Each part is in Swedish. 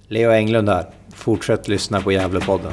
Leo Englund här. Fortsätt lyssna på Gävlepodden.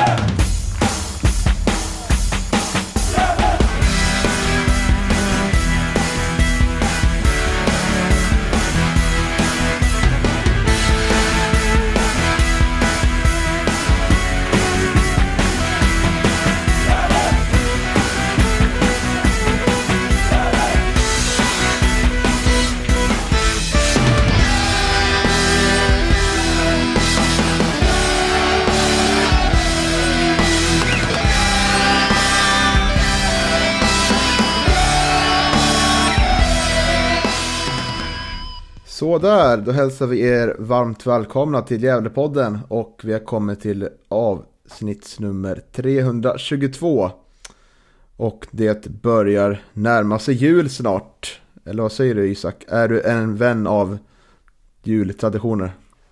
Så där, då hälsar vi er varmt välkomna till Gävlepodden och vi har kommit till avsnittsnummer 322 och det börjar närma sig jul snart. Eller vad säger du, Isak? Är du en vän av jultraditioner?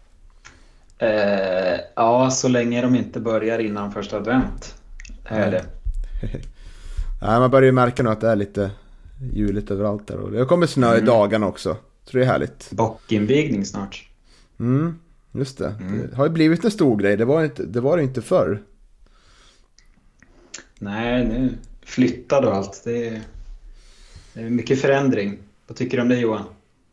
Ja, så länge de inte börjar innan första advent är det. Nej, man börjar ju märka nu att det är lite juligt överallt där och det kommer snö i dagarna också. Så det är härligt. Bockinvigning snart. Just det. Det har ju blivit en stor grej. Det var det inte förr. Nej, nu flyttade och allt. Det är mycket förändring. Vad tycker du om det, Johan?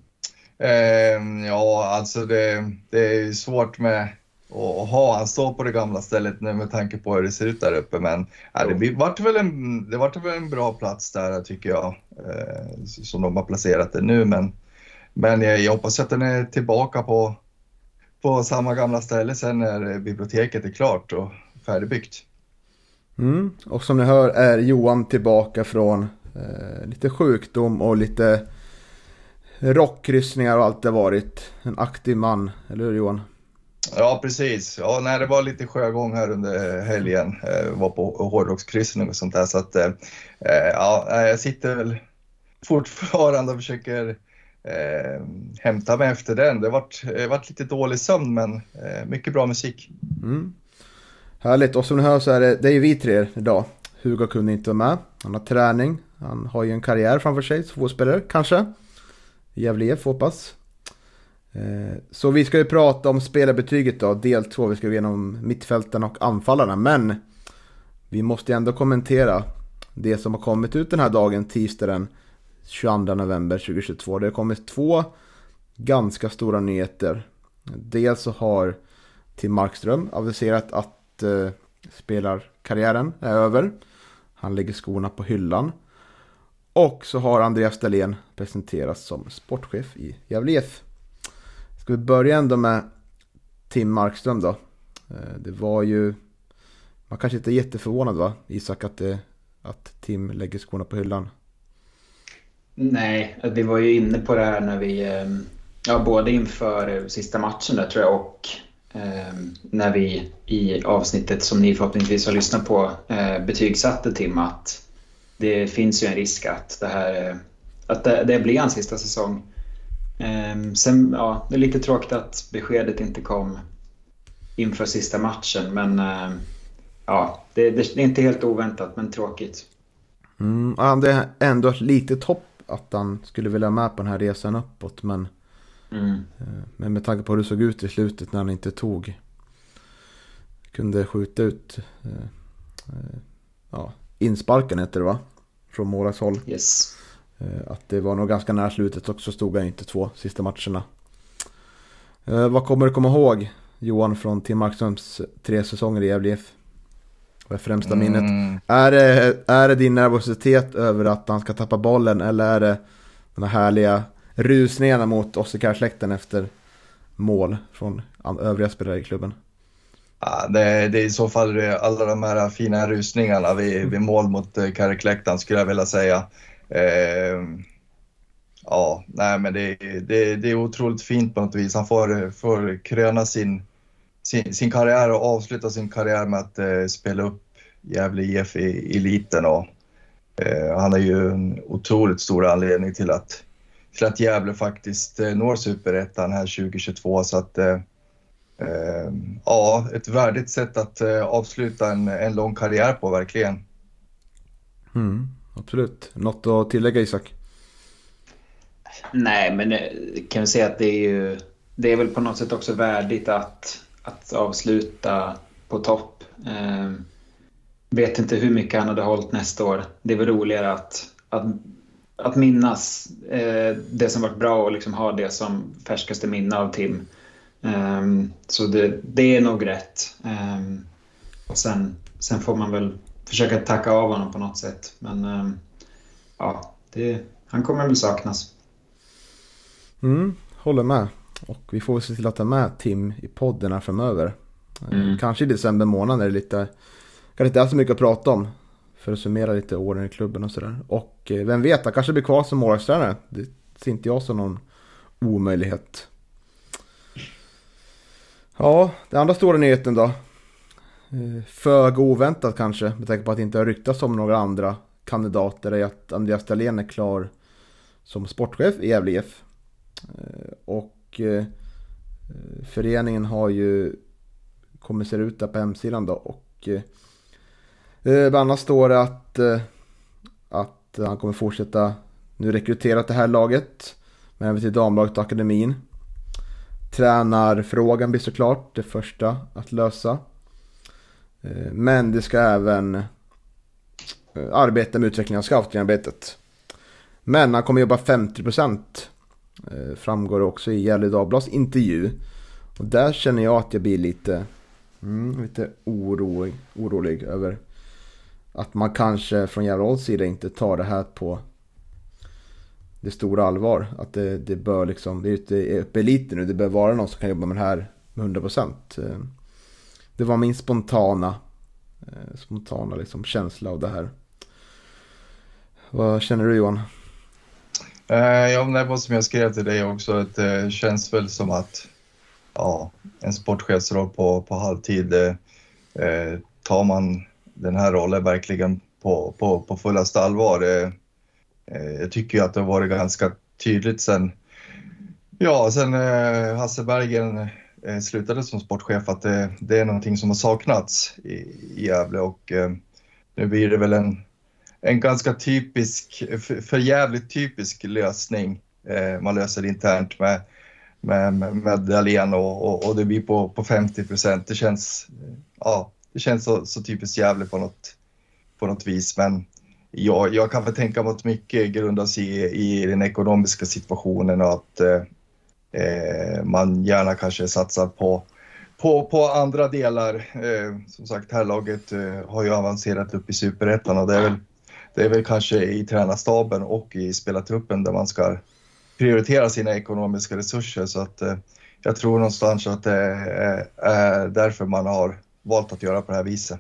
Ja, alltså det är svårt med att ha han stå på det gamla stället nu med tanke på hur det ser ut där uppe. Men det vart väl en bra plats där, tycker jag, som de har placerat det nu. Men jag hoppas att den är tillbaka på samma gamla ställe sen när biblioteket är klart och färdigbyggt. Och som ni hör är Johan tillbaka från lite sjukdom och lite rockkryssningar och allt det varit. En aktiv man, eller hur, Johan? Ja, precis. Ja, nej, det var lite sjögång här under helgen. Var på hårdrockskryssning och sånt där. Så att, jag sitter väl fortfarande och försöker hämta mig efter den. Det varit lite dålig sömn, men mycket bra musik. Härligt, och som ni hör så är det är ju vi tre idag. Hugo kunde inte vara med. Han har träning. Han har ju en karriär framför sig som fotbollsspelare, kanske. Gävle IF, hoppas. Så vi ska ju prata om spelarbetyget då, del 2. Vi ska gå igenom mittfälten och anfallarna. Men vi måste ändå kommentera det som har kommit ut den här dagen, tisdagen 22 november 2022. Det har kommit 2 ganska stora nyheter. Dels så har Tim Markström aviserat att spelarkarriären är över. Han lägger skorna på hyllan. Och så har Andreas Dahlén presenterats som sportchef i Gävle IF. Ska vi börja ändå med Tim Markström då. Det var ju, man kanske inte är jätteförvånad, va, Isak, att Tim lägger skorna på hyllan. Nej, vi var ju inne på det här när vi både inför sista matchen där, tror jag, och när vi i avsnittet som ni förhoppningsvis har lyssnat på betygsatte Tim, att det finns ju en risk att det blir hans sista säsong. Sen, det är lite tråkigt att beskedet inte kom inför sista matchen, men det är inte helt oväntat, men tråkigt. Det är ändå lite topp att han skulle vilja med på den här resan uppåt, men med tanke på hur det såg ut i slutet när han inte kunde skjuta ut insparken, heter det, va? Från målvaktshåll. Yes. Att det var nog ganska nära slutet, och så stod han inte 2 sista matcherna. Vad kommer du komma ihåg, Johan, från Tim Markströms 3 säsonger i Gävle IF? Vad är främsta minnet? Är det din nervositet över att han ska tappa bollen, eller är det de här härliga rusningarna mot Oskar-släkten efter mål från övriga spelare i klubben? Ja, det är i så fall alla de här fina rusningarna vid mål mot Kärrkläktan, skulle jag vilja säga. Men det är otroligt fint på något vis. Han får kröna sin karriär och avsluta sin karriär med att spela upp Gävle IF i eliten, och han är ju en otroligt stor anledning till att Gävle faktiskt når Superettan här 2022, så att ett värdigt sätt att avsluta en lång karriär på, verkligen. Absolut. Något att tillägga, Isak? Nej, men kan vi säga att det är ju det är väl på något sätt också värdigt att avsluta på topp. Vet inte hur mycket han hade hållit nästa år. Det är väl roligare att minnas det som varit bra och liksom ha det som färskaste minne av Tim. Så det är nog rätt. Och sen får man väl försöka tacka av honom på något sätt. Men ja, han kommer väl saknas. Håller med. Och vi får se till att ta med Tim i podden här framöver. Kanske i december månad är det lite... Kan inte så mycket att prata om. För att summera lite åren i klubben och sådär. Och vem vet, han kanske blir kvar som målvaktstränare. Det ser inte jag som någon omöjlighet. Ja, den andra stora nyheten då. Föga oväntat kanske. Med tanke på att det inte har ryktats om några andra kandidater. Är att Andreas Dahlén är klar som sportchef i Gävle IF. Och föreningen har ju kommit ser ut där på hemsidan då. Och bland annat står det att han kommer fortsätta nu rekrytera det här laget. Men även till damlaget och akademin. Tränarfrågan blir såklart det första att lösa. Men det ska även arbeta med utvecklingen av scoutingarbetet. Men han kommer jobba 50%. Framgår också i Gävle Dagblads intervju. Och där känner jag att jag blir lite orolig över att man kanske från Gävleholms sida inte tar det här på det stora allvar. Att det bör liksom, det är ute uppe i eliten nu, det bör vara någon som kan jobba med det här med 100%. Det var min spontana liksom känsla av det här. Vad känner du, Johan? Ja, det var som jag skrev till dig också, att det känns väl som att en sportchefsroll på halvtid, tar man den här rollen verkligen på fullaste allvar. Jag tycker ju att det har varit ganska tydligt sen Hasse Bergen slutade som sportchef att det är någonting som har saknats i Gävle, och nu blir det väl en ganska typisk, för jävligt typisk lösning. Man löser det internt med Dahlén och det blir på 50%. Det känns så typiskt Gävle på något vis, men jag kan väl tänka mig att mycket grundas i den ekonomiska situationen, och att man gärna kanske satsar på andra delar. Som sagt, här laget har ju avancerat upp i Superettan, och det är väl kanske i tränarstaben och i spelartruppen där man ska prioritera sina ekonomiska resurser. Så att jag tror någonstans att det är därför man har valt att göra på det här viset.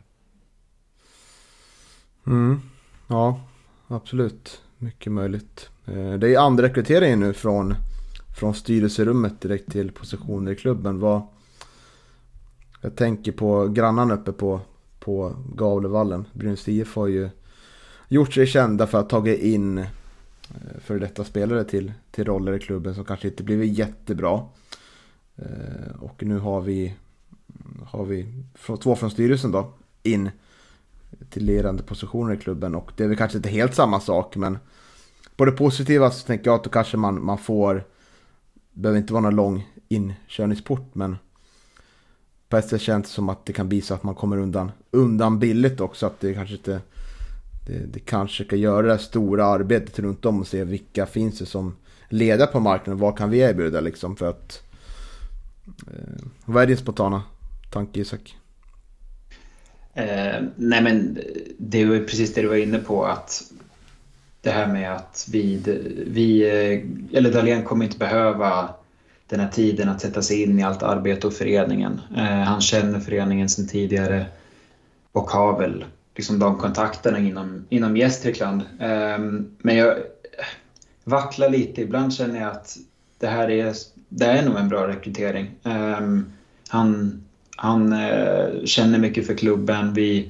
Ja, absolut. Mycket möjligt. Det är andra rekryteringen nu från styrelserummet direkt till positioner i klubben. Jag tänker på grannarna uppe på Gavlevallen. Brynäs IF har ju gjort sig kända för att ta in för detta spelare till roller i klubben som kanske inte blivit jättebra. Och nu har vi två från styrelsen då in till ledande positioner i klubben, och det är väl kanske inte helt samma sak, men på det positiva så tänker jag att då kanske man får, behöver inte vara någon lång inkörningsport, men på ett sätt känns det som att det kan bli så att man kommer undan billigt också, att det kanske inte det kanske ska göra det stora arbetet runt om och se vilka finns det som leder på marknaden, vad kan vi erbjuda liksom, för att vad är din spontana tanke, Isak? Nej, men det var precis det du var inne på, att det här med att eller Dahlén kommer inte behöva den här tiden att sätta sig in i allt arbete och föreningen. Han känner föreningen sedan tidigare och har väl liksom de kontakterna inom Gästrikland. Men jag vacklar lite. Ibland känner jag att det är nog en bra rekrytering. Han känner mycket för klubben.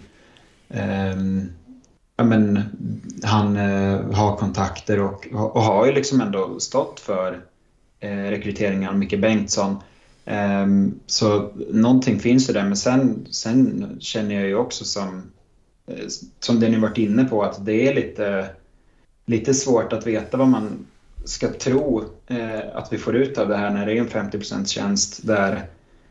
Han har kontakter och har ju liksom ändå stått för rekryteringen av Micke Bengtsson. Så någonting finns det där. Men sen känner jag ju också som det ni varit inne på, att det är lite svårt att veta ska tro att vi får ut av det här när det är en 50% tjänst där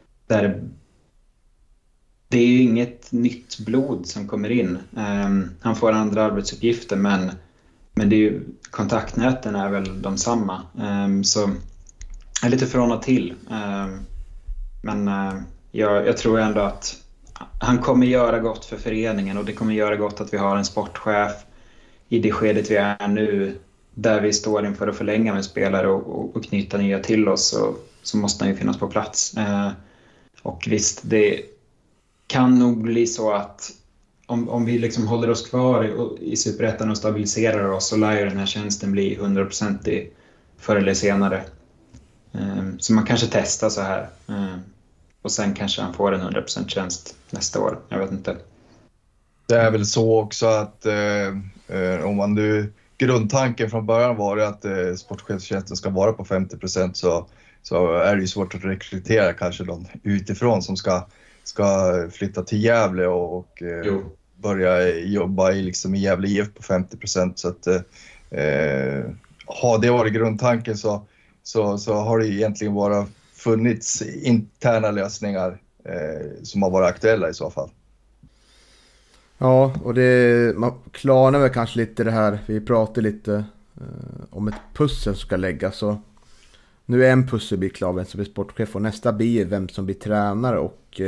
det är ju inget nytt blod som kommer in. Han får andra arbetsuppgifter, men det är ju, kontaktnäten är väl de samma. Så jag är lite från och till. Men jag tror ändå att han kommer göra gott för föreningen, och det kommer göra gott att vi har en sportchef i det skedet vi är nu, där vi står inför att förlänga med spelare och knyta nya till oss, så måste han ju finnas på plats. Och visst, det kan nog bli så att om vi liksom håller oss kvar i Superettan och stabiliserar oss, så lär ju den här tjänsten bli 100% förr eller senare. Så man kanske testar så här. Och sen kanske han får en 100% tjänst nästa år. Jag vet inte. Det är väl så också att om man nu, grundtanken från början var det att sportchefstjänsten ska vara på 50%, så är det ju svårt att rekrytera kanske någon utifrån som ska flytta till Gävle och börja jobba i Gävle IF på 50%. Så att har det varit grundtanken så har det egentligen bara funnits interna lösningar som har varit aktuella i så fall. Ja, och man klarar väl kanske lite det här. Vi pratade lite om ett pussel som ska läggas. Så nu är en pusselbit klar, vem som blir sportchef, och nästa blir vem som blir tränare. Och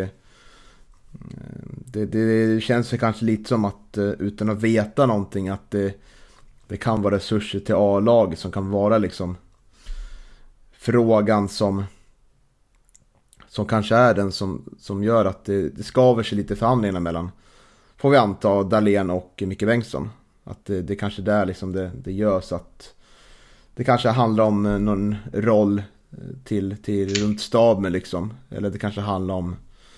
det känns kanske lite som att utan att veta någonting, att det kan vara resurser till A-laget som kan vara liksom frågan som kanske är den som gör att det skaver sig lite förhandlingarna mellan, får vi anta, Dahlén och Micke Bengtsson. Att det kanske där liksom det görs, att det kanske handlar om någon roll till runt staben liksom. Eller det kanske handlar om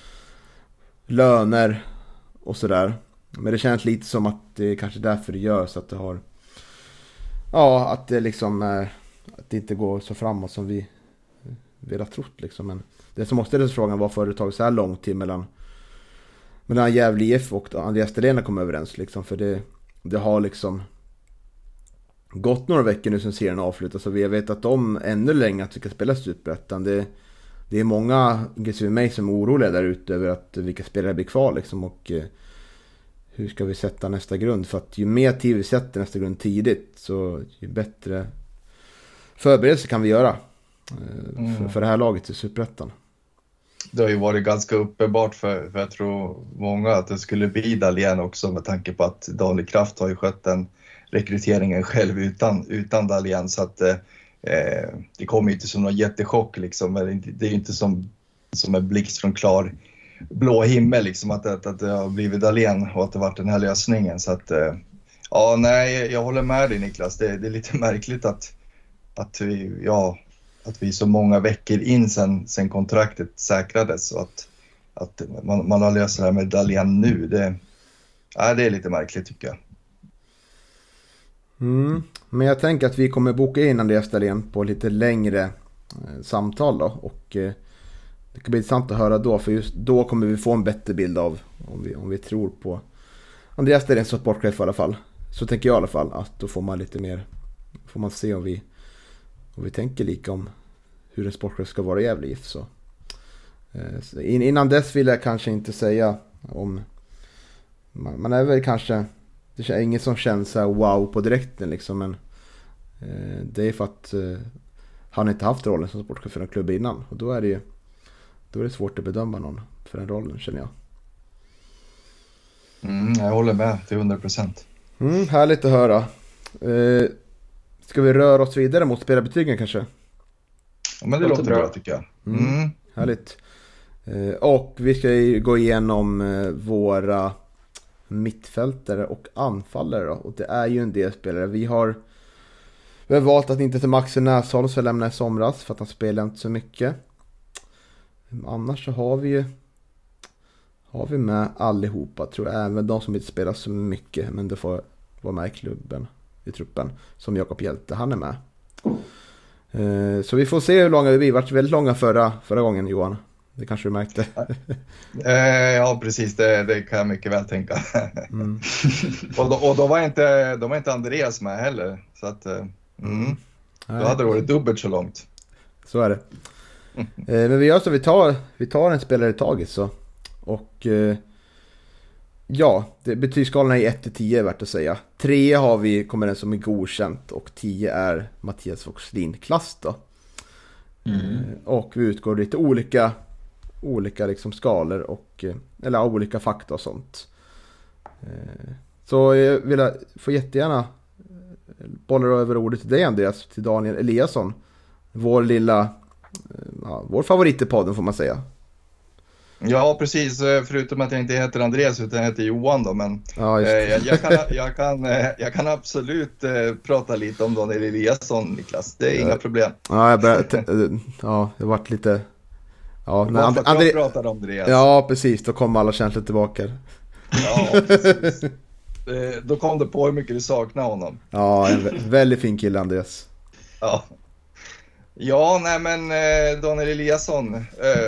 löner och sådär. Men det känns lite som att det är kanske därför det görs, att det har, ja, att det liksom att det inte går så framåt som vi har trott liksom. Men det som måste frågan var företag så här lång tid mellan Gävle IF och Andreas Dahlén kom överens liksom, för det har liksom gått några veckor nu sen serien avslutas, så vi vet att de ännu längre att vi ska spela Superettan. Det är många, inklusive mig, som är oroliga där ute över att vilka spelare blir kvar liksom, och hur ska vi sätta nästa grund, för att ju mer tid vi sätter nästa grund tidigt, så ju bättre förberedelse kan vi göra för det här laget i Superettan. Det har ju varit ganska uppenbart för jag tror många att det skulle bli Dahlén också, med tanke på att Daniel Kraft har ju skött den rekryteringen själv utan Dahlén, så att det kommer inte som någon jättechock liksom, men det är ju inte som en blixt från klar blå himmel liksom, att det har blivit Dahlén och att det varit den här lösningen. Så att ja, nej, jag håller med dig Niklas, det är lite märkligt att vi så många veckor in sen kontraktet säkrades, och att man har löst det här med Dahlén nu. Det är lite märkligt tycker jag. Men jag tänker att vi kommer boka in Andreas Dahlén på lite längre samtal då, och det kan bli intressant att höra då, för just då kommer vi få en bättre bild av om vi tror på Andreas Dahlén som sportchef i alla fall. Så tänker jag i alla fall, att då får man lite mer, får man se om vi tänker lika om hur en sportchef ska vara i Gävle IF. Så innan dess vill jag kanske inte säga om man är väl kanske, det är inget som känns så här wow på direkten liksom, men det är för att han inte haft rollen som sportchef för en klubb innan, och då är det svårt att bedöma någon för den rollen, känner jag. Jag håller med till 100%. Härligt att höra. Ska vi röra oss vidare mot spelarbetygen kanske? Ja, men det låter bra tycker jag. Härligt. Och vi ska gå igenom våra mittfältare och anfallare då. Och det är ju en del spelare. Vi har valt att inte till Max Näsholm för att lämna i somras, för att han spelar inte så mycket. Annars så har vi med allihopa, tror jag, även de som inte spelar så mycket, men det får vara med i klubben, i truppen, som Jakob Hjälte, han är med. Så vi får se hur långa vi blir. Vart väldigt långa förra gången, Johan. Det kanske du märkte. Ja, precis. Det kan jag mycket väl tänka. och då var inte Andreas med heller. Så att, Då hade det varit dubbelt så långt. Så är det. Men vi gör så, vi tar en spelare i taget så. Och ja, betygsskalan är 1-10 värt att säga. 3 har vi, kommer den som är godkänt, och 10 är Mattias Voxlin-klass då. Och vi utgår lite olika liksom skalor och eller olika fakta och sånt. Så jag vill få jättegärna bollar över ordet till dig, Andreas, till Daniel Eliasson. Vår favorit i podden får man säga. Ja, precis. Förutom att jag inte heter Andreas utan jag heter Johan då. Men ja, jag kan absolut prata lite om Daniel Eliasson, Niklas. Det är inga problem. Ja, det har varit lite... Ja, när jag pratade om det. Ja, precis. Då kom alla känslor tillbaka. Ja, precis. Då kom det på hur mycket du saknar honom. Ja, en väldigt fin kille, Andreas. Ja, nej men Daniel Eliasson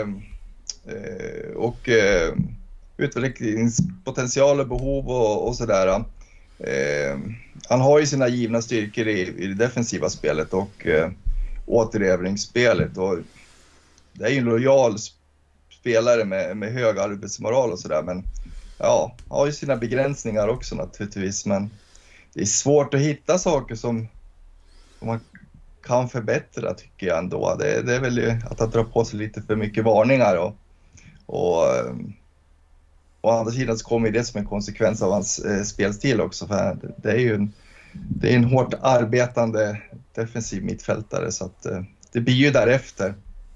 och utvecklingspotential och behov och sådär. Han har ju sina givna styrkor i det defensiva spelet och återerövringsspelet. Och det är ju en lojal spelare med hög arbetsmoral och sådär, men ja, har ju sina begränsningar också naturligtvis, men det är svårt att hitta saker som man kan förbättra, tycker jag ändå. Det är väl att han drar på sig lite för mycket varningar och å andra sidan så kommer det som en konsekvens av hans spelstil också, för det är ju en hårt arbetande defensiv mittfältare, så att det blir ju därefter.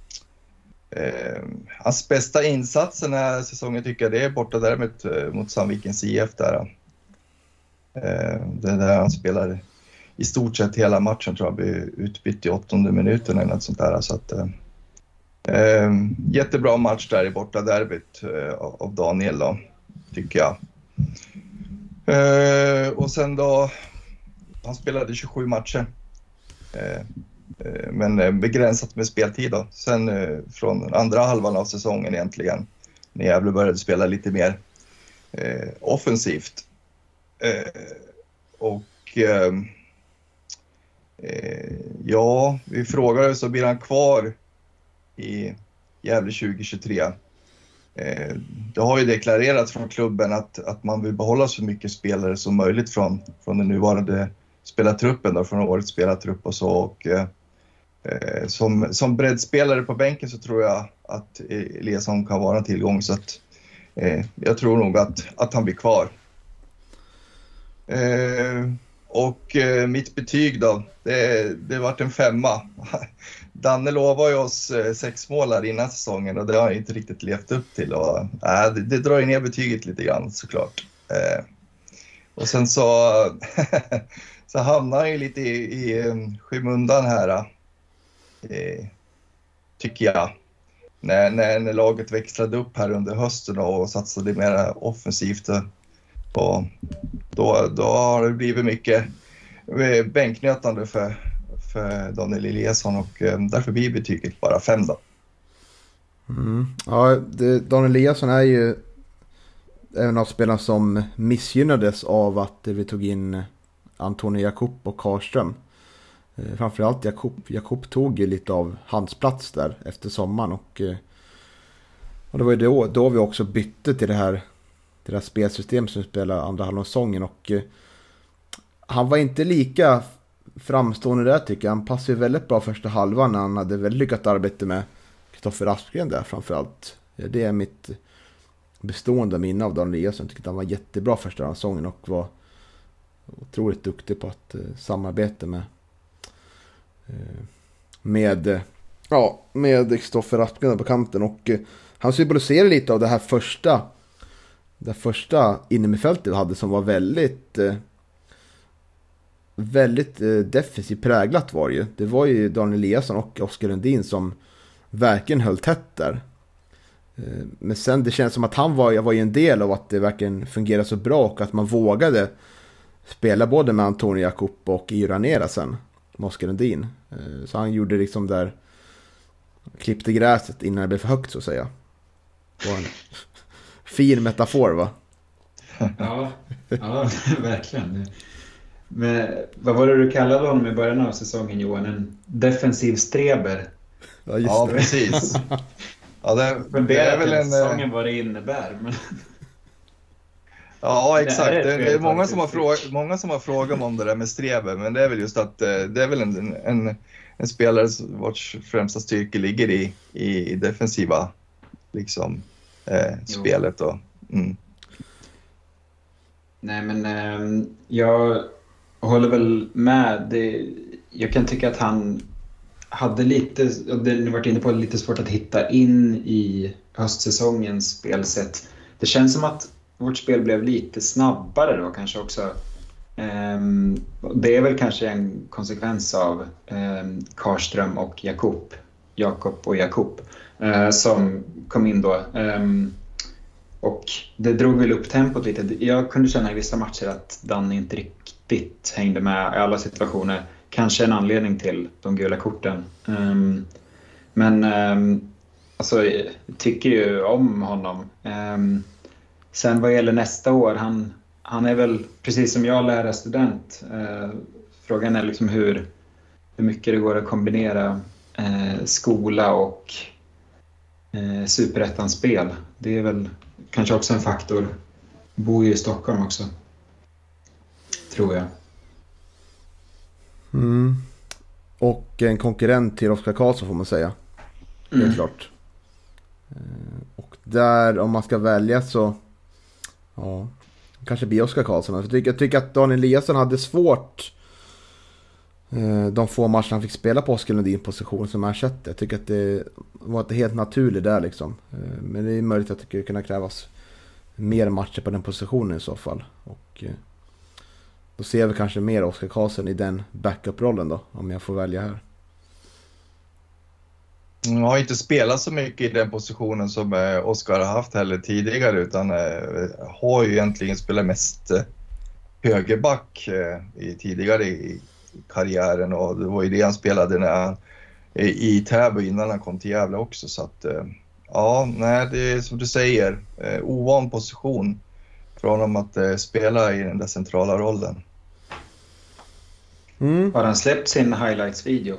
Hans bästa insats den här säsongen tycker jag det är borta där mot Sandvikens IF där. Det där han spelar i stort sett hela matchen, tror jag, blir utbytt i 8:e minuten eller något sånt där, så att jättebra match där i borta derbyt av Daniel då, tycker jag. Och sen då han spelade 27 matcher. Men begränsat med speltid då. Sen från andra halvan av säsongen egentligen, när Gävle började spela lite mer offensivt. Ja, vi frågade så blir han kvar i Gävle 2023. Det har ju deklarerats från klubben att man vill behålla så mycket spelare som möjligt från den nuvarande spelartruppen då, från årets spelartrupp och så, och som breddspelare på bänken så tror jag att Eliasson kan vara en tillgång, så att jag tror nog att han blir kvar. Och mitt betyg då, det vart en 5. Danne lovade ju oss 6 mål innan säsongen och det har jag inte riktigt levt upp till, och det drar ju ner betyget lite grann såklart. Och sen så hamnar han ju lite i skymundan här, tycker jag. När laget växlade upp här under hösten och satsade mer offensivt, och då har det blivit mycket bänknötande för Daniel Eliasson, och därför blir betyget bara 5 då. Ja, Daniel Eliasson är ju en av spelarna som missgynnades av att vi tog in Antoni Jakob och Karlström. Framförallt Jakob tog ju lite av hans plats där efter sommaren, och det var ju då vi också bytte till det här spelsystem som spelar andra halvan av säsongen, och han var inte lika framstående där, tycker jag. Han passade ju väldigt bra första halvan när han hade väldigt lyckat arbete med Kristoffer Aspgren där framförallt. Det är mitt bestående minne av Daniel Eliasson. Jag tycker att han var jättebra första halvan av säsongen och var otroligt duktig på att samarbeta med Kristoffer Aspgren på kanten, och han symboliserar lite av det första innermittfältet vi hade, som var väldigt defensivt präglat var ju. Det var ju Daniel Eliasson och Oskar Lundin som verkligen höll tätt där. Men sen det känns som att jag var ju en del av att det verkligen fungerade så bra, och att man vågade spela både med Antoni Jakob och Iranera sen med Oskar Lundin. Så han gjorde liksom där, klippte gräset innan det blev för högt, så att säga. Det var en fin metafor, va? Ja, verkligen. Men vad var det du kallade honom i början av säsongen, Johan? En defensiv streber. Ja, just Ja, det. precis. Ja, det är väl en... säsongen vad det innebär. Men... Ja, exakt. Det Det är många som har frågat mig om det där med streber, men det är väl just att det är väl en spelare vars främsta styrka ligger i defensiva liksom, spelet. Då. Mm. Nej, men jag håller väl med. Jag kan tycka att han hade lite, och det ni varit inne på, lite svårt att hitta in i höstsäsongens spelsätt. Det känns som att vårt spel blev lite snabbare då kanske också. Det är väl kanske en konsekvens av Karström och Jakob som kom in då. Och det drog väl upp tempot lite. Jag kunde känna i vissa matcher att Dan inte riktigt hängde med i alla situationer. Kanske en anledning till de gula korten. Men alltså, jag tycker ju om honom. Sen vad gäller nästa år, han är väl precis som jag lärarstudent. Frågan är liksom hur mycket det går att kombinera skola och superettan-spel. Det är väl kanske också en faktor. Bor ju i Stockholm också, tror jag. Och en konkurrent till Oskar Karlsson får man säga. Det är klart. Och där, om man ska välja så ja, kanske blir Oskar Karlsson. Jag tycker att Daniel Eliasson hade svårt de få matcher han fick spela på Oskar Lundin position som ersättare. Jag tycker att det var inte helt naturligt där liksom. Men det är möjligt att det skulle kunna krävas mer matcher på den positionen i så fall. Och då ser vi kanske mer Oskar Karlsson i den backup-rollen då, om jag får välja här. Jag har inte spelat så mycket i den positionen som Oskar har haft heller tidigare, utan har ju egentligen spelat mest högerback tidigare i karriären, och det var ju det han spelade när han, i Täby innan han kom till Gävle också, så att ja, nej, det är som du säger, ovan position för honom att spela i den där centrala rollen. Har han släppt sin highlights-video?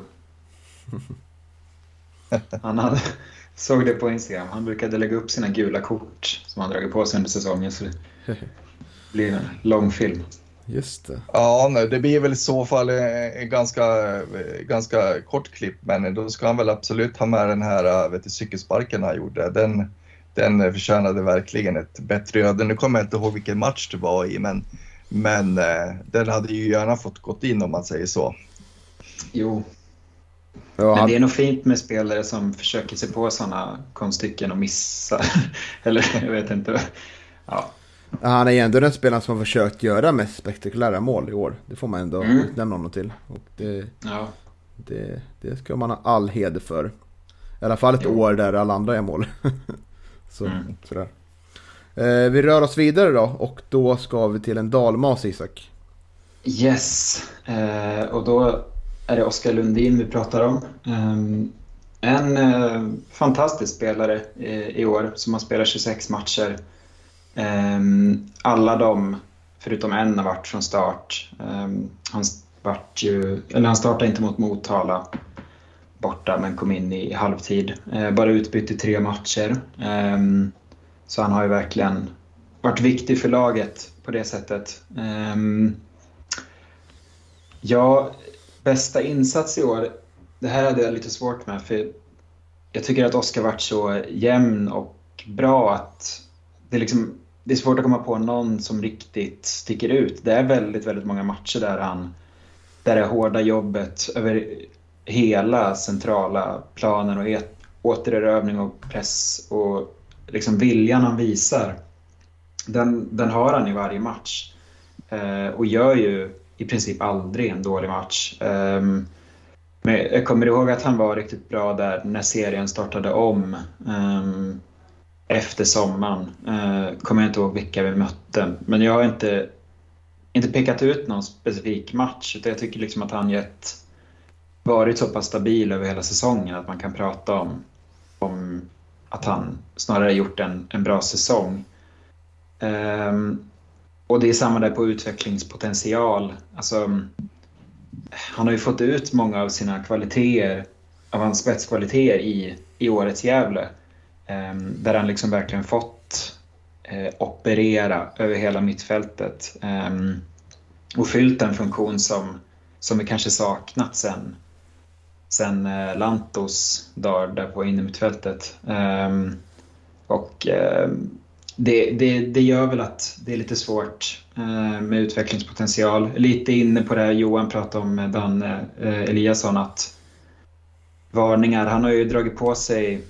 Han såg det på Instagram. Han brukade lägga upp sina gula kort som han dragit på sig under säsongen, så det blir en lång film. Just det. Ja, nej, det blir väl i så fall en ganska kort klipp, men då ska han väl absolut ha med den här cykelsparken han gjorde. Den förtjänade verkligen ett bättre öde. Nu kommer jag inte ihåg vilken match det var i, men den hade ju gärna fått gått in, om man säger så. Jo. Ja, men det är nog fint med spelare som försöker sig på sådana konststycken och missa. Eller jag vet inte. Ja. Han är ju ändå den spelaren som har försökt göra mest spektakulära mål i år. Det får man ändå nämna honom till. Och det ska man ha all heder för. I alla fall ett år där alla andra är mål. Sådär. Vi rör oss vidare då. Och då ska vi till en dalmas, Isak. Yes. Och då är det Oskar Lundin vi pratar om. En fantastisk spelare i år som har spelat 26 matcher. Alla de, förutom en, har varit från start. Han startade inte mot Motala borta, men kom in i halvtid. Bara utbytt i 3 matcher. Så han har ju verkligen varit viktig för laget på det sättet. Ja, bästa insats i år, det här hade jag lite svårt med, för jag tycker att Oskar varit så jämn och bra att det är svårt att komma på någon som riktigt sticker ut. Det är väldigt, väldigt många matcher där det hårda jobbet över hela centrala planen och återerövring och press och liksom viljan han visar. Den har han i varje match. Och gör ju i princip aldrig en dålig match. Men jag kommer ihåg att han var riktigt bra där när serien startade om. Efter sommaren kommer jag inte ihåg vilka vi mötte, men jag har inte pekat ut någon specifik match, utan jag tycker liksom att han varit så pass stabil över hela säsongen att man kan prata om att han snarare gjort en bra säsong. Och det är samma där på utvecklingspotential. Alltså, han har ju fått ut många av sina kvaliteter, av hans spetskvaliteter i årets Gävle. Där han liksom verkligen fått operera över hela mittfältet. Och fyllt en funktion som vi kanske saknat sen Lantos dagar där på innermittfältet. Det gör väl att det är lite svårt med utvecklingspotential. Lite inne på det här Johan pratade om med Danne Eliasson, att varningar, han har ju dragit på sig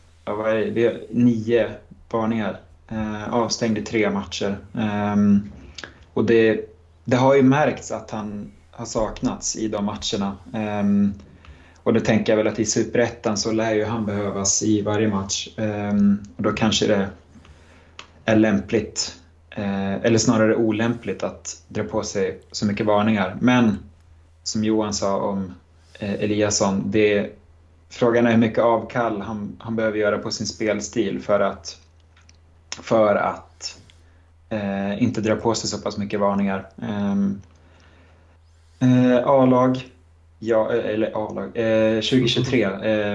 9 varningar, avstängd i 3 matcher. Och det har ju märkts att han har saknats i de matcherna. Och då tänker jag väl att i Superettan så lär ju han behövas i varje match. Och då kanske det är lämpligt, eller snarare olämpligt, att dra på sig så mycket varningar. Men som Johan sa om Eliasson, frågan är hur mycket avkall han behöver göra på sin spelstil för att inte dra på sig så pass mycket varningar. A-lag, ja, eller A-lag, 2023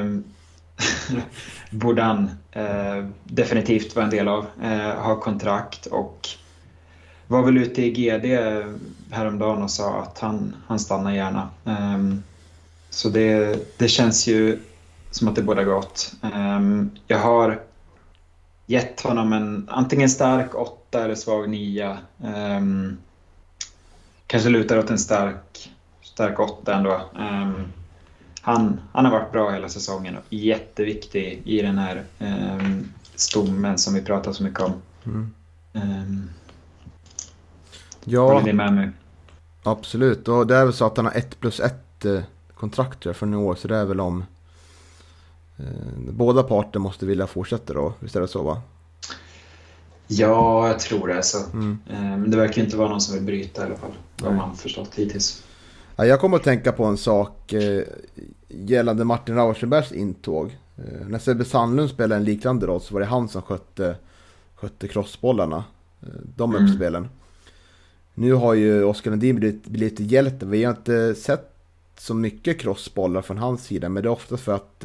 borde han definitivt vara en del av, ha kontrakt, och var väl ute i GD häromdagen och sa att han stannar gärna. Så det känns ju som att det borde ha gått. Jag har gett honom en antingen stark 8 eller svag 9. Kanske lutar åt en stark 8 ändå. Han har varit bra hela säsongen och jätteviktig i den här stommen som vi pratar så mycket om. Ja, håller ni med mig? Absolut. Och det är väl så att han har 1+1 kontrakt för nu år, så det är väl om båda parter måste vilja fortsätta då. Visst är det så, va? Ja, jag tror det är så. Men det verkar inte vara någon som vill bryta i alla fall, om man förstått hittills. Ja, jag kommer att tänka på en sak gällande Martin Rauschenbergs intåg. När Sebbe Sandlund spelade en liknande roll så var det han som skötte crossbollarna, de uppspelen. Nu har ju Oskar Lundin blivit lite hjälte. Vi har inte sett så mycket crossbollar från hans sida, men det är ofta för att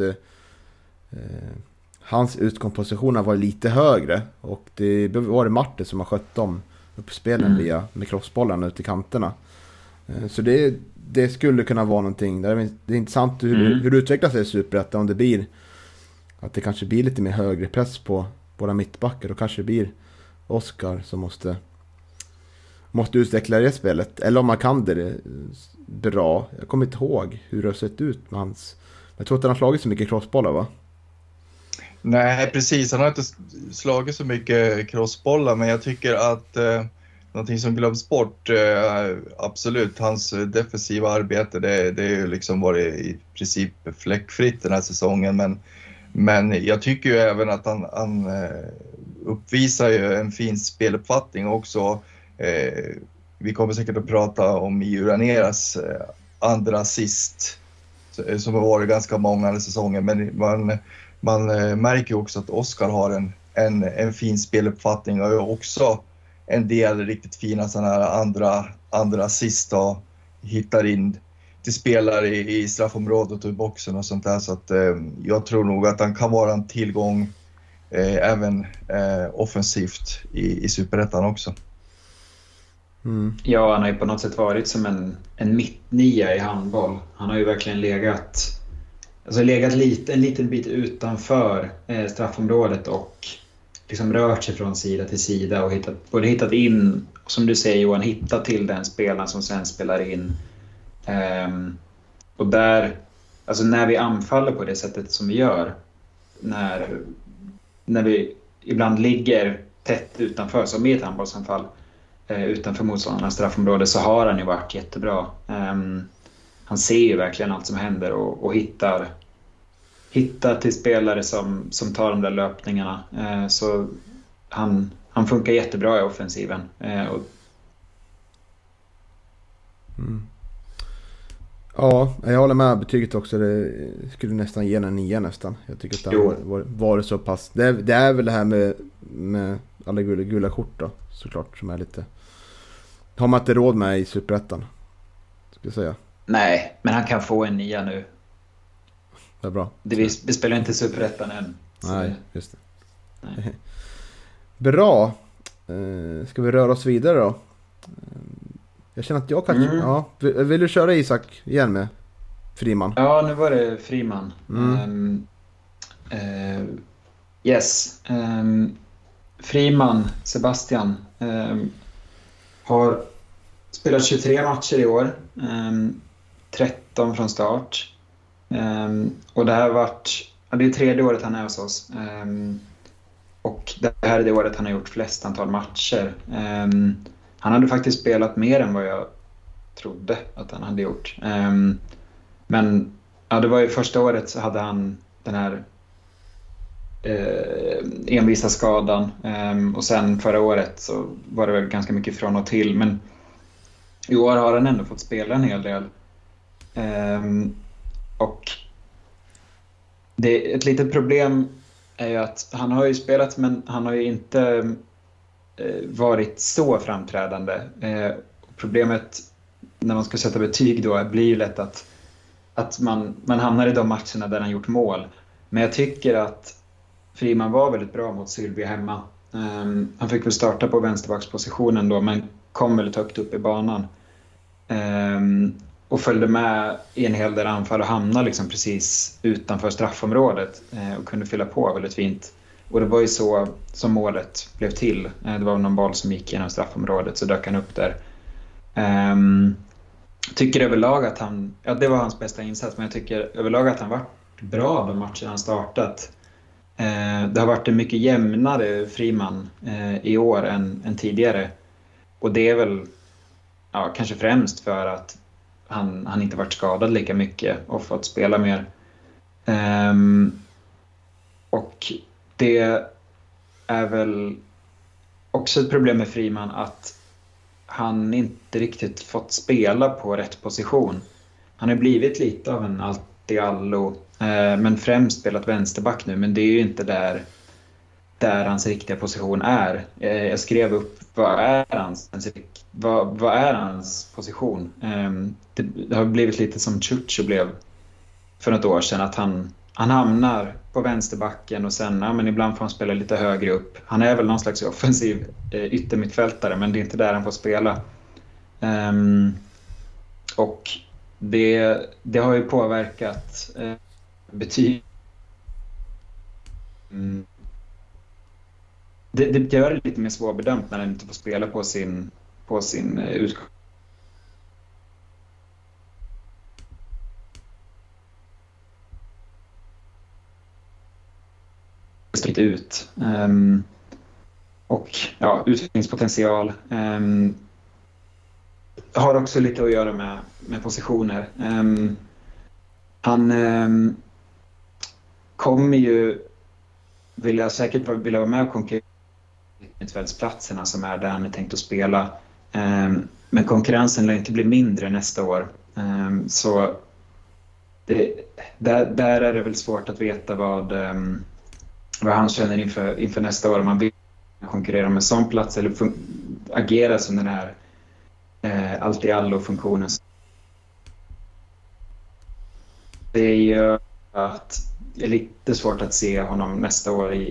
hans utkompositioner var lite högre, och det var Martin som har skött dem uppspelen med crossbollarna ut i kanterna. Så det skulle kunna vara någonting. Det är intressant hur det utvecklar sig i Superettan, om det blir att det kanske blir lite mer högre press på våra mittbackar, och kanske blir Oskar som måste utveckla det spelet, eller om man kan det bra. Jag kommer inte ihåg hur det har sett ut med hans. Jag tror att han har slagit så mycket crossbollar, va? Nej, precis. Han har inte slagit så mycket crossbollar, men jag tycker att någonting som glöms bort, absolut, hans defensiva arbete, det är ju liksom varit i princip fläckfritt den här säsongen, men jag tycker ju även att han uppvisar ju en fin speluppfattning också. Vi kommer säkert att prata om Uraneras andra assist, som har varit ganska många den säsongen, men man märker också att Oskar har en fin speluppfattning, och också en del riktigt fina sådana här andra assist, och hittar in till spelare i straffområdet och i boxen och sånt där, så att jag tror nog att han kan vara en tillgång även offensivt i Superettan också. Ja, han har ju på något sätt varit som en mittnia i handboll. Han har ju verkligen legat en liten bit utanför straffområdet och liksom rört sig från sida till sida och hittat in, som du säger Johan, hittat till den spelaren som sen spelar in. Och där, alltså när vi anfaller på det sättet som vi gör, när vi ibland ligger tätt utanför, som i ett handbollsanfall, utanför motståndarnas straffområde, så har han ju varit jättebra. Han ser ju verkligen allt som händer och hittar till spelare som tar de där löpningarna. Så han funkar jättebra i offensiven. Ja, jag håller med betyget också. Det skulle nästan ge en 9 nästan. Jag tycker att det var så pass. Det är väl det här med alla gula kort då, såklart, som är lite har man inte råd med i Superettan, ska jag säga. Nej, men han kan få en 9 nu. Det är bra. Vi spelar inte Superettan än. Nej, just det. Nej. Bra. Ska vi röra oss vidare då? Jag känner att jag kanske... Ja. Vill du köra Isak igen med Friman? Ja, nu var det Friman. Yes. Friman, Sebastian, har spelat 23 matcher i år. 13 från start. Och det här har varit... Ja, det är 3:e året han är hos oss. Och det här är det året han har gjort flest antal matcher. Han hade faktiskt spelat mer än vad jag trodde att han hade gjort. Men ja, det var ju första året så hade han den här envisa skadan. Och sen förra året så var det väl ganska mycket från och till. Men i år har han ändå fått spela en hel del. Och ett litet problem är ju att han har ju spelat, men han har ju inte varit så framträdande. Problemet när man ska sätta betyg då blir ju lätt att man hamnar i de matcherna där han gjort mål. Men jag tycker att Friman var väldigt bra mot Sylvia hemma. Han fick väl starta på vänsterbackspositionen då, men kom väldigt högt upp i banan. Och följde med i en hel del anfall och hamnade liksom precis utanför straffområdet och kunde fylla på väldigt fint. Och det var ju så som målet blev till. Det var någon boll som gick genom straffområdet, så dök han upp där. Tycker överlag att det var hans bästa insats, men jag tycker överlag att han var bra de matcher han startat. Det har varit en mycket jämnare Friman i år än tidigare. Och det är väl kanske främst för att han inte varit skadad lika mycket och fått spela mer. Och det är väl också ett problem med Friman att han inte riktigt fått spela på rätt position. Han har blivit lite av en allt-i-allo, men främst spelat vänsterback nu, men det är ju inte där hans riktiga position är. Jag skrev upp vad är hans position. Det har blivit lite som Chucho blev för något år sedan, att han hamnar på vänsterbacken och sen men ibland får han spela lite högre upp. Han är väl någon slags offensiv yttermittfältare, men det är inte där han får spela. Och det har ju påverkat betyg. Det gör det lite mer svårbedömt när han inte får spela på sin utgång. Ut. Och utvecklingspotential. Har också lite att göra med positioner. Han kommer ju säkert vilja vara med och konkurrera mittfältsplatserna som är där han är tänkt att spela. Men konkurrensen lär inte bli mindre nästa år. Så där är det väl svårt att veta vad han känner inför nästa år. Om man vill konkurrera med sån plats eller agera som den här allt-i-allo-funktionen. Det är ju att det är lite svårt att se honom nästa år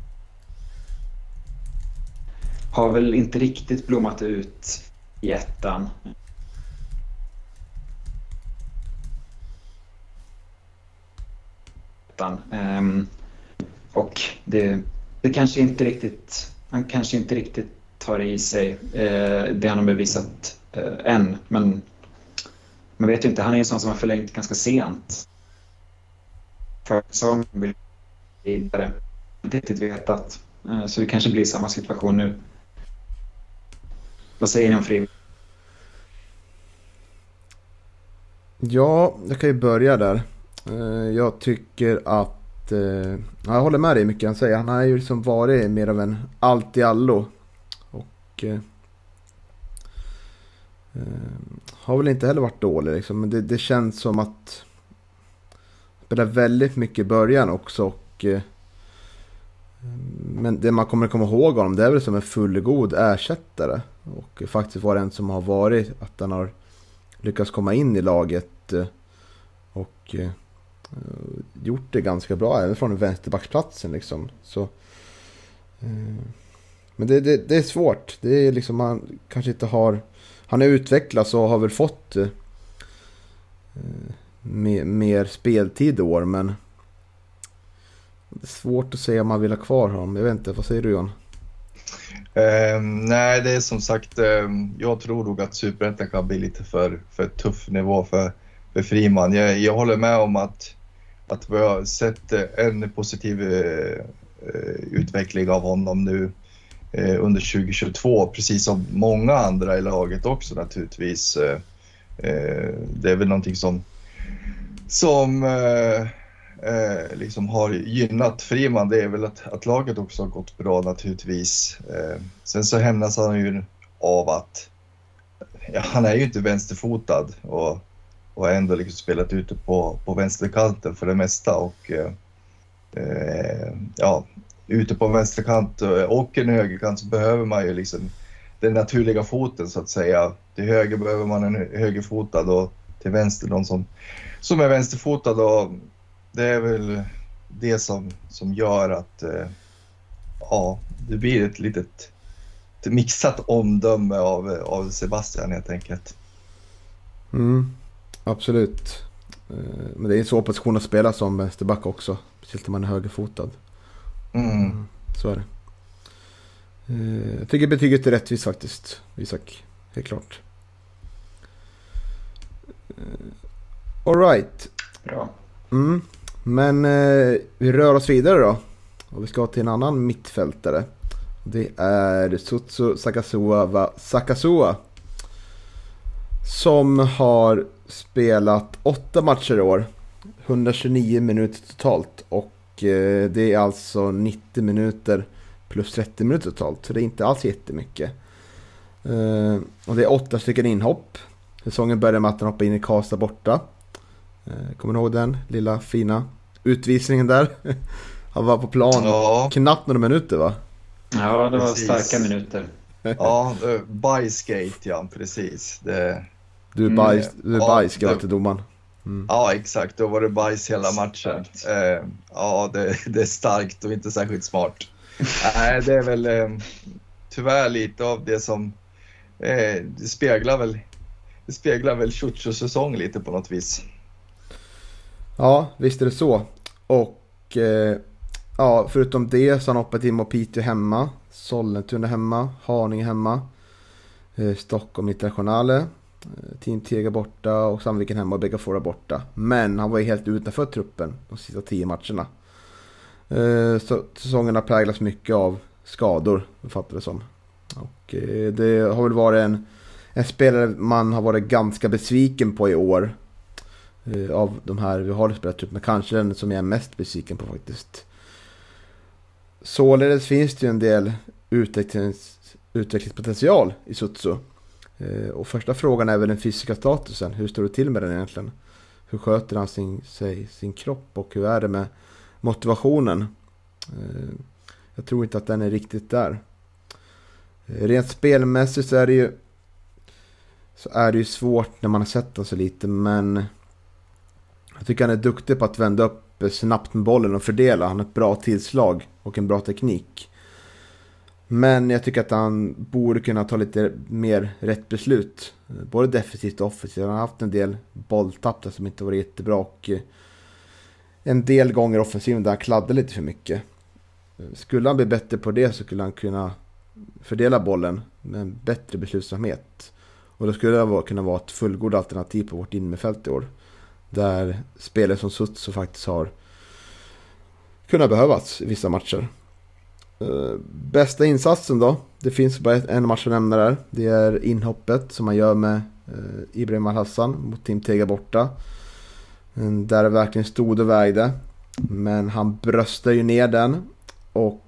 har väl inte riktigt blommat ut i ettan. Och det kanske inte riktigt, han kanske inte riktigt tar i sig det han har bevisat än, men man vet ju inte, han är en sån som har förlängt ganska sent för som vill vidare, inte riktigt vetat, så det kanske blir samma situation nu. Vad säger ni om Fri? Ja, jag kan ju börja där. Jag tycker att jag håller med dig mycket han säger. Han har ju liksom varit mer av en allt-i-allo och har väl inte heller varit dålig liksom. Men det känns som att det är väldigt mycket i början också och men det man kommer komma ihåg honom, det är väl som en fullgod ersättare Och faktiskt var det en som har varit att han har lyckats komma in i laget och gjort det ganska bra även från vänsterbacksplatsen liksom. Så men det är svårt. Det är liksom han kanske inte har, han är utvecklats och har väl fått mer speltid i år, men det är svårt att säga om man vill ha kvar honom. Jag vet inte, vad säger du, John? Nej, det är som sagt, jag tror nog att Superettan kan bli lite för tuff nivå för Friman. Jag håller med om att vi har sett en positiv utveckling av honom nu under 2022, precis som många andra i laget också naturligtvis. Det är väl någonting som liksom har gynnat Friman. Det är väl att laget också har gått bra naturligtvis. Sen så hämnas han ju av att han är ju inte vänsterfotad och har ändå liksom spelat ute på vänsterkanten för det mesta, och ute på vänsterkant och en högerkant så behöver man ju liksom den naturliga foten så att säga. Till höger behöver man en högerfotad och till vänster någon som är vänsterfotad, och det är väl det som gör att det blir ett litet mixat omdöme av Sebastian helt enkelt. Absolut. Men det är en svår position att spela som vänsterback också, speciellt om man är högerfotad. Så är det. Jag tycker betyget är rättvist faktiskt, Isak. Helt klart. All right. Bra. Men vi rör oss vidare då. Och vi ska till en annan mittfältare. Det är Sutsu Sakazua som har spelat 8 matcher i år. 129 minuter totalt. Och det är alltså 90 minuter plus 30 minuter totalt. Så det är inte alls jättemycket. Och det är 8 stycken inhopp. Säsongen började med att han hoppade in i Karlstad borta. Kommer du ihåg den lilla fina utvisningen där? Han var på plan knappt några minuter, va? Ja, det var starka minuter. Ja, bajsgate, ja, precis. Du är bajs, till domaren. Ja, exakt. Då var det bajs hela matchen. Det är starkt och inte särskilt smart. Nej, det är väl tyvärr lite av det som det speglar väl Chuchos säsong lite på något vis. Ja, visst är det så. Och förutom det så har han hoppat in mot Piteå hemma, Sollentuna hemma, Haninge hemma, Stockholm Internationale, Team Tega borta och Sandviken hemma och Begafora borta. Men han var ju helt utanför truppen de sista 10 matcherna. Så säsongen har präglats mycket av skador, fattar det som. Och det har väl varit en spelare man har varit ganska besviken på i år. Av de här vi har spelat trupp, men kanske den som jag är mest besviken på faktiskt. Således finns det ju en del utvecklingspotential i Sutsu. Och första frågan är väl den fysiska statusen. Hur står det till med den egentligen? Hur sköter han sin kropp och hur är det med motivationen? Jag tror inte att den är riktigt där. Rent spelmässigt så är det ju svårt när man har sett den så lite, men jag tycker han är duktig på att vända upp snabbt med bollen och fördela. Han har ett bra tillslag och en bra teknik. Men jag tycker att han borde kunna ta lite mer rätt beslut. Både defensivt och offensivt. Han har haft en del bolltapp som inte var jättebra. Och en del gånger offensivt där han kladdade lite för mycket. Skulle han bli bättre på det så skulle han kunna fördela bollen med en bättre beslutsamhet. Och då skulle det kunna vara ett fullgod alternativ på vårt innerfält i år. Där spelare som Sutsu faktiskt har kunnat behövas i vissa matcher. Bästa insatsen då? Det finns bara en match att nämna där. Det är inhoppet som man gör med Ibrahim Al-Hassan mot Team Tega borta. Där det verkligen stod och vägde. Men han bröstar ju ner den. Och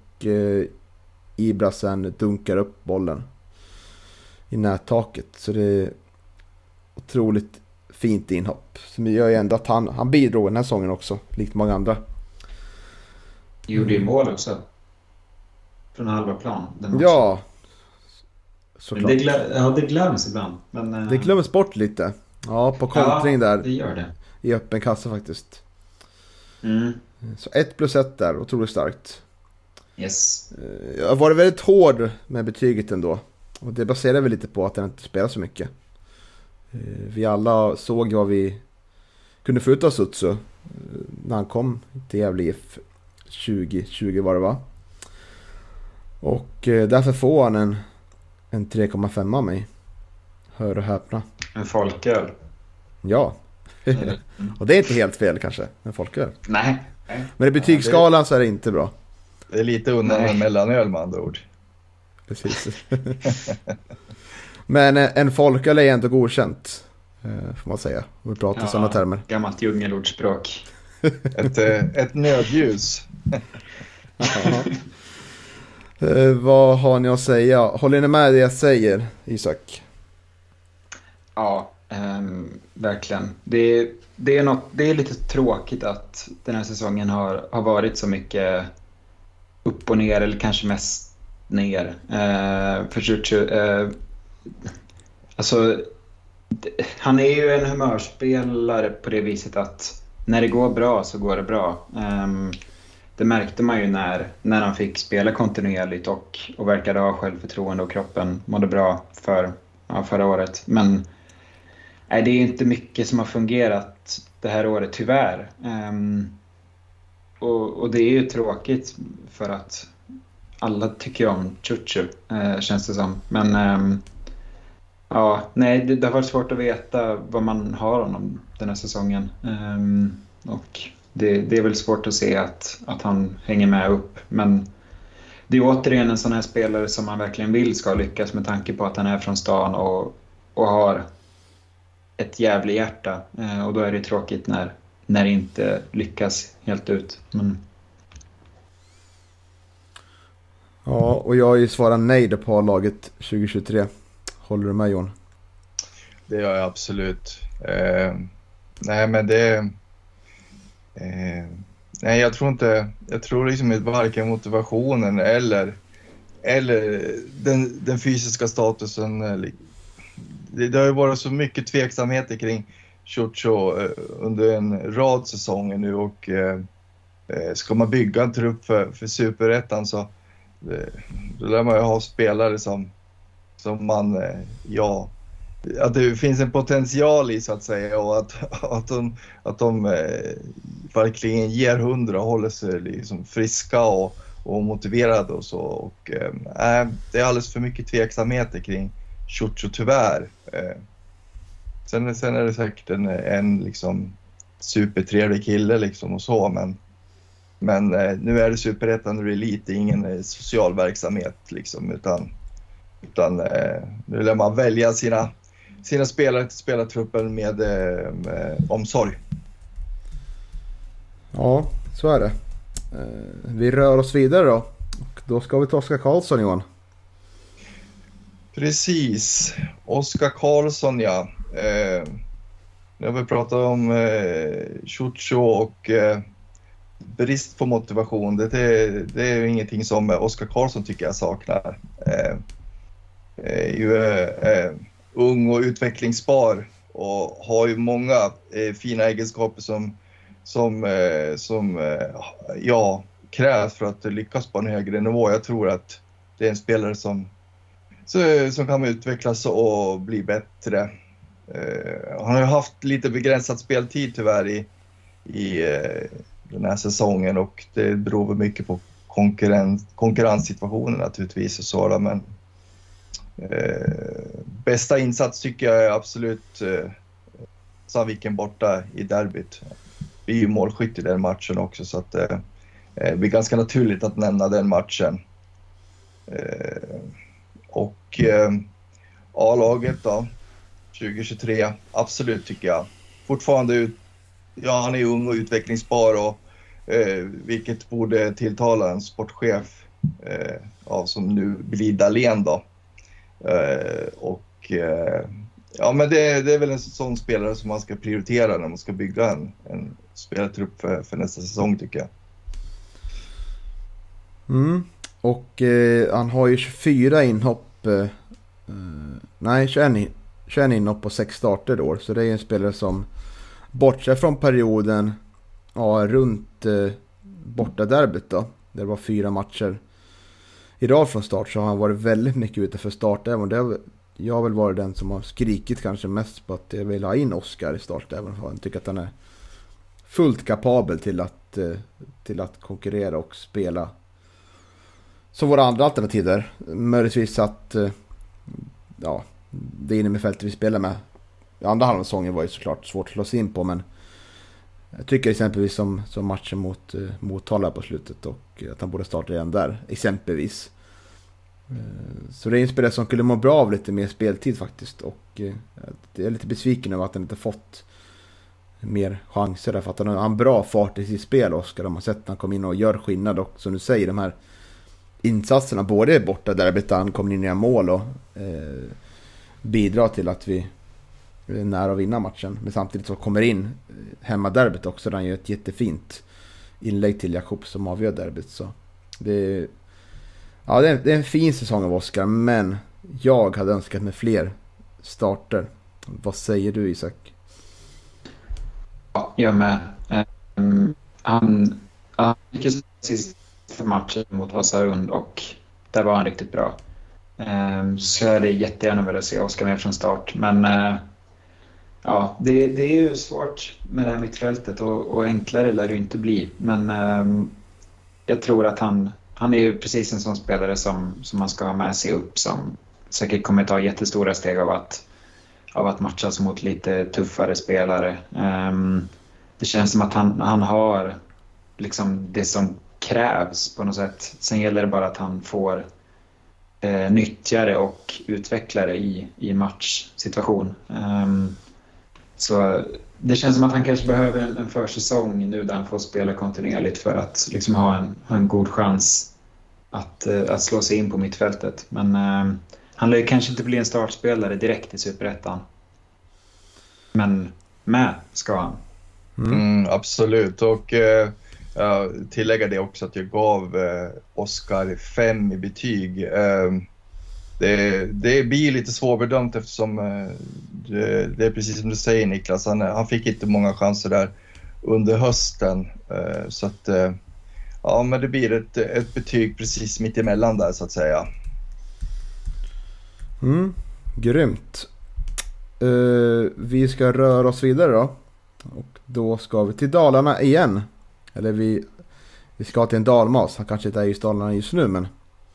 Ibra sen dunkar upp bollen i nättaket. Så det är otroligt fint inhopp. Som gör ju ändå att han bidrog den här säsongen också. Likt många andra. Gjorde ju mål också. Från halva plan. Ja. såklart. Det glöms ibland. Men, det glöms bort lite. Ja, på kontring där. Det gör det. I öppen kassa faktiskt. Mm. Så 1+1 där, otroligt starkt. Yes. Jag har varit väldigt hård med betyget ändå. Och det baserar väl lite på att den inte spelar så mycket. Vi alla såg vad vi kunde få ut av Sutsu när han kom till Gävle IF 2020 var det, va? Och därför får han en 3,5 av mig. Hör och häpna. En folköl. Ja. Och det är inte helt fel kanske, en folköl. Nej. Men i betygsskalan så är det inte bra. Det är lite undan en mellanöl med andra ord. Precis. Men en folköl är ändå godkänt, får man säga. Vi pratar i sådana termer. Gammalt djungelordspråk. Ett nödljus. Vad har ni att säga? Håller ni med det jag säger, Isak? Ja, verkligen. Det är lite tråkigt att den här säsongen har varit så mycket upp och ner, eller kanske mest ner. För Ciuciu, alltså, han är ju en humörspelare på det viset att när det går bra så går det bra. Det märkte man ju när han fick spela kontinuerligt och verkade ha självförtroende och kroppen mådde bra förra året. Men nej, det är inte mycket som har fungerat det här året, tyvärr. Och det är ju tråkigt för att alla tycker om Ciuciu, känns det som. Men ja, nej, det har varit svårt att veta vad man har honom den här säsongen. Och det är väl svårt att se att han hänger med upp. Men det är återigen en sån här spelare som man verkligen vill ska lyckas, med tanke på att han är från stan och har ett jävla hjärta. Och då är det tråkigt när det inte lyckas helt ut. Men... Ja, och jag har ju svarat nej på laget 2023. Håller du med, Jon? Det gör jag absolut. Nej, men det... nej, jag tror inte... Jag tror liksom att varken motivationen eller den fysiska statusen... Det har ju varit så mycket tveksamheter kring Ciuciu under en rad säsonger nu, och ska man bygga en trupp för Superettan så då lär man ju ha spelare som man, att det finns en potential i, så att säga, och att de verkligen ger 100 och håller sig liksom friska och motiverade och så, och det är alldeles för mycket tveksamheter kring Ciuciu, tyvärr. Sen är det säkert en liksom supertrevlig kille liksom och så, men nu är det Superettan och det är lite ingen social verksamhet liksom, utan nu lär man välja sina spelare till spelartruppen med omsorg. Ja, så är det. Vi rör oss vidare då. Och då ska vi till Oskar Karlsson, Johan. Precis, Oskar Karlsson, ja. Nu har vi pratat om Ciuciu och brist på motivation. Det är ju ingenting som Oskar Karlsson tycker jag saknar. Ung och utvecklingsbar och har ju många fina egenskaper som krävs för att lyckas på en högre nivå. Jag tror att det är en spelare som kan utvecklas och bli bättre. Han har ju haft lite begränsad speltid tyvärr i den här säsongen, och det beror väl mycket på konkurrenssituationen naturligtvis och så, men bästa insats tycker jag är absolut Sandviken borta i derbyt. Vi är ju målskytt i den matchen också, så att det blir ganska naturligt att nämna den matchen. Och A-laget då 2023, absolut tycker jag. Fortfarande, han är ung och utvecklingsbar, och vilket borde tilltala en sportchef som nu blir Dahlén då. Men det är väl en sån spelare som man ska prioritera när man ska bygga en spelartrupp för nästa säsong, tycker jag. Och han har ju 24 inhopp Nej, 21 inhopp på 6 starter i år. Så det är en spelare som bortsett från perioden runt borta derbyt då. Det var 4 matcher i rad från start, så har han varit väldigt mycket ute för start. Även jag har väl varit den som har skrikit kanske mest på att jag vill ha in Oscar i start. Även för jag tycker att han är fullt kapabel till att konkurrera och spela som våra andra alternativ där. Möjligtvis att det inne med fältet vi spelar med i andra halvan av säsongen var ju såklart svårt att slå sig in på, men jag tycker exempelvis som matchen mot Motala på slutet, och att han borde starta redan där exempelvis. Så det är en spelare som skulle må bra av lite mer speltid faktiskt, och jag är lite besviken över att han inte fått mer chanser därför att han har en bra fart i sitt spel. Oskar, de har sett att han kommer in och gör skillnad, och som du säger, de här insatserna både borta där han kommer in i mål och bidrar till att vi är nära att vinna matchen, men samtidigt så kommer in hemma derbyt också där han gör ett jättefint inlägg till Jakob som avgör derbyt. Så det är en fin säsong av Oskar, men jag hade önskat med fler starter. Vad säger du, Isak? Ja, jag med. Han gick sista matchen mot Vasalund och där var han riktigt bra. Så jag hade jättegärna velat se Oskar med från start, men det är ju svårt med det här mittfältet, och enklare lär det inte bli, men jag tror att han är ju precis en sån spelare som man ska ha med sig upp, som säkert kommer ta jättestora steg av att matchas mot lite tuffare spelare. Det känns som att han har liksom det som krävs på något sätt. Sen gäller det bara att han får nyttja det och utveckla det i matchsituation. Så det känns som att han kanske behöver en försäsong nu där han får spela kontinuerligt för att liksom ha en god chans att slå sig in på mittfältet. Men han lär kanske inte bli en startspelare direkt i Superettan. Men med ska han. Absolut, och tillägga det också att jag gav Oskar 5 i betyg. Det blir lite svårbedömt eftersom det är precis som du säger, Niklas, han fick inte många chanser där under hösten, så att men det blir ett betyg precis mitt emellan där så att säga. Grymt. Vi ska röra oss vidare då, och då ska vi till Dalarna igen, eller vi ska till en dalmas. Han kanske inte är i Dalarna just nu, men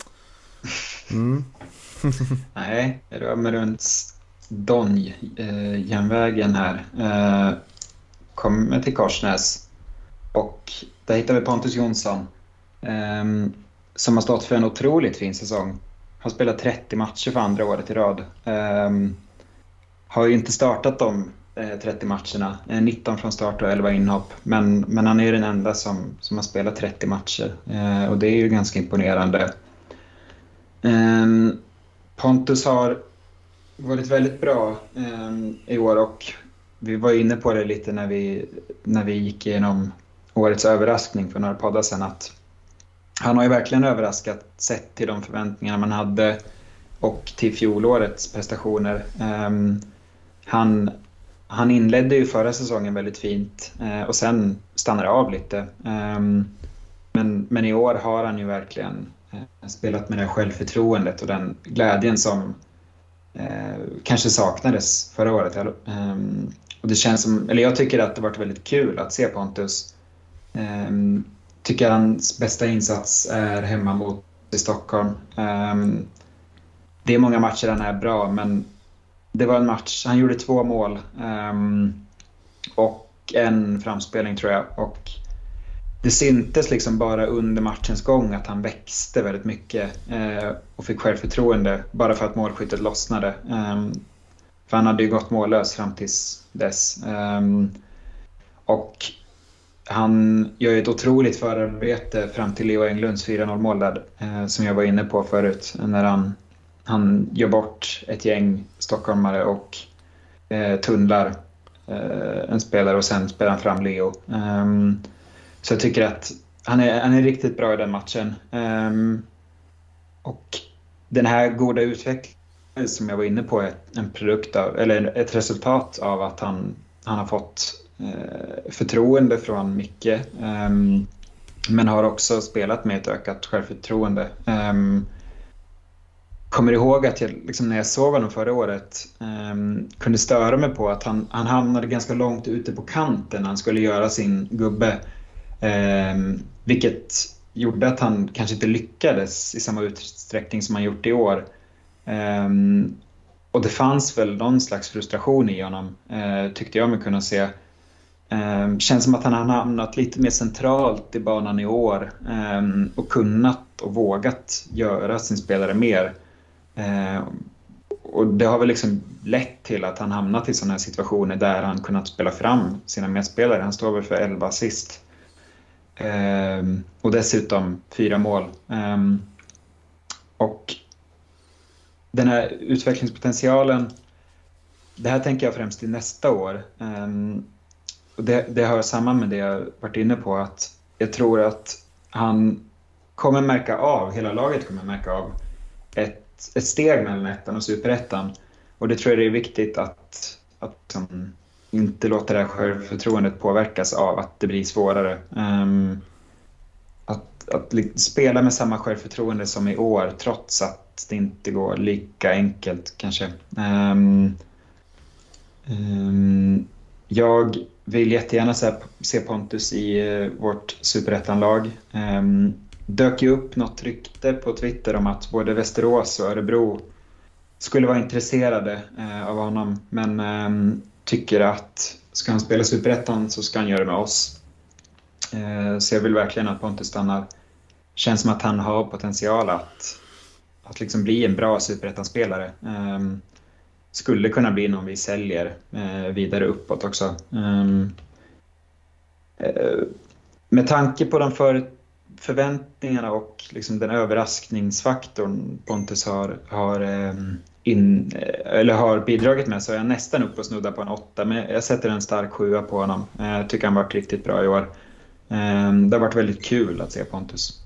Nej, jag rör mig runt järnvägen här. Kommer till Korsnäs, och där hittar vi Pontus Jonsson, som har stått för en otroligt fin säsong. Har spelat 30 matcher för andra året i rad. Har ju inte startat de 30 matcherna. 19 från start och 11 inhopp. Men han är ju den enda som har spelat 30 matcher. Och det är ju ganska imponerande. Pontus har varit väldigt bra i år, och vi var inne på det lite när vi gick igenom årets överraskning för några poddar sedan, att han har ju verkligen överraskat sett till de förväntningar man hade och till fjolårets prestationer. Han inledde ju förra säsongen väldigt fint och sen stannade av lite. Men i år har han ju verkligen spelat med det självförtroendet och den glädjen som kanske saknades förra året. Och det känns som, eller jag tycker att det varit väldigt kul att se Pontus. Tycker hans bästa insats är hemma mot i Stockholm. Det är många matcher han är bra, men det var en match, han gjorde 2 mål och en framspelning tror jag, och det syntes liksom bara under matchens gång att han växte väldigt mycket och fick självförtroende bara för att målskyttet lossnade. För han hade ju gått mållös fram tills dess. Och han gör ju ett otroligt förarbete fram till Leo Englunds 4-0 mål där, som jag var inne på förut, när han gör bort ett gäng stockholmare och tunnlar en spelare, och sen spelar han fram Leo. Så jag tycker att han är riktigt bra i den matchen. Och den här goda utvecklingen som jag var inne på en produkt av, eller ett resultat av att han har fått förtroende från Micke, men har också spelat med ett ökat självförtroende. Kommer ihåg att jag, liksom, när jag såg honom förra året, kunde störa mig på att han hamnade ganska långt ute på kanten när han skulle göra sin gubbe, vilket gjorde att han kanske inte lyckades i samma utsträckning som han gjort i år. Och det fanns väl någon slags frustration i honom, tyckte jag mig kunna se. Känns som att han har hamnat lite mer centralt i banan i år, och kunnat och vågat göra sin spelare mer. Och det har väl liksom lett till att han hamnat i sådana här situationer där han kunnat spela fram sina medspelare. Han står väl för 11 assist. Och dessutom 4 mål. Och den här utvecklingspotentialen, det här tänker jag främst i nästa år. Och det hör samman med det jag varit inne på, att jag tror att han kommer märka av, hela laget kommer märka av ett steg mellan ettan och superettan. Och det tror jag det är viktigt att inte låta det här självförtroendet påverkas av att det blir svårare. Att spela med samma självförtroende som i år, trots att det inte går lika enkelt kanske. Jag vill jättegärna se Pontus i vårt superettanlag. Dök ju upp något rykte på Twitter om att både Västerås och Örebro skulle vara intresserade av honom, men tycker att ska han spela superettan så ska han göra det med oss. Så jag vill verkligen att Pontus stannar. Känns som att han har potential att liksom bli en bra superettanspelare. Skulle kunna bli någon vi säljer vidare uppåt också. Med tanke på de förväntningarna och liksom den överraskningsfaktorn Pontus har bidragit med, så är jag nästan upp och snudda på en 8, men jag sätter en stark 7 på honom. Jag tycker han varit riktigt bra i år. Det har varit väldigt kul att se Pontus.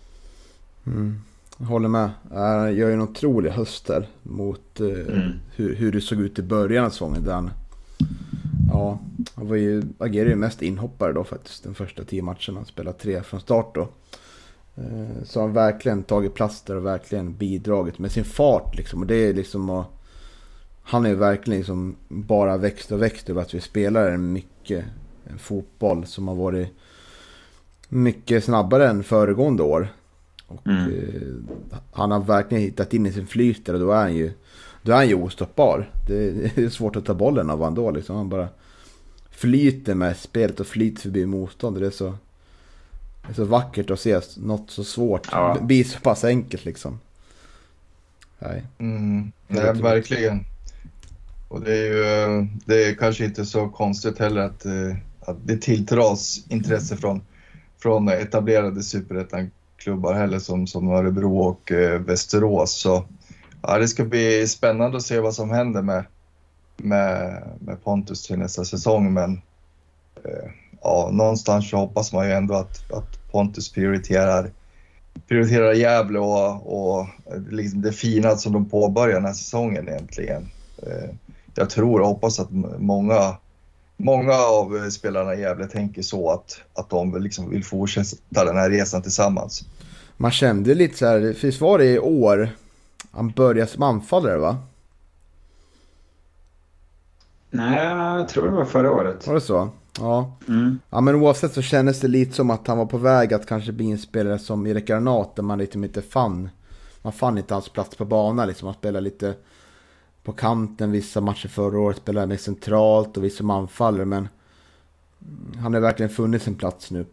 Jag håller med. Jag gör ju en otrolig höst där mot hur det såg ut i början av säsongen. Där han agerade ju mest inhoppare då faktiskt, den första 10 matcherna. Han spelade 3 från start då. Så han verkligen tagit plats där och verkligen bidragit med sin fart liksom. Och det är liksom han är ju verkligen liksom bara växt över att vi spelar en fotboll som har varit mycket snabbare än föregående år. Och han har verkligen hittat in i sin flyt där, och då är han ju ostoppbar. Det är svårt att ta bollen av han då liksom. Han bara flyter med spelet och flyter förbi motstånd. Det är så vackert att se något så svårt bli så pass enkelt liksom. Nej. Nej, verkligen. Och det är kanske inte så konstigt heller att det tilltras intresse från etablerade superettan-klubbar heller som Örebro och Västerås. Så ja, det ska bli spännande att se vad som händer med Pontus till nästa säsong. Men någonstans så hoppas man ju ändå att Pontus prioriterar Gävle och liksom det fina som de påbörjar den här säsongen egentligen. Jag tror och hoppas att många av spelarna i Gävle tänker så att de liksom vill fortsätta den här resan tillsammans. Man kände lite så här, det var det i år han började som anfallare, va? Nej, jag tror det var förra året. Var det så? Ja. Ja, men oavsett så kändes det lite som att han var på väg att kanske bli en spelare som Erik Granat, där man liksom inte fann inte hans plats på banan liksom. Han spelade lite på kanten vissa matcher förra året, spelade mer centralt och vissa som anfallare, men han har verkligen funnit sin plats nu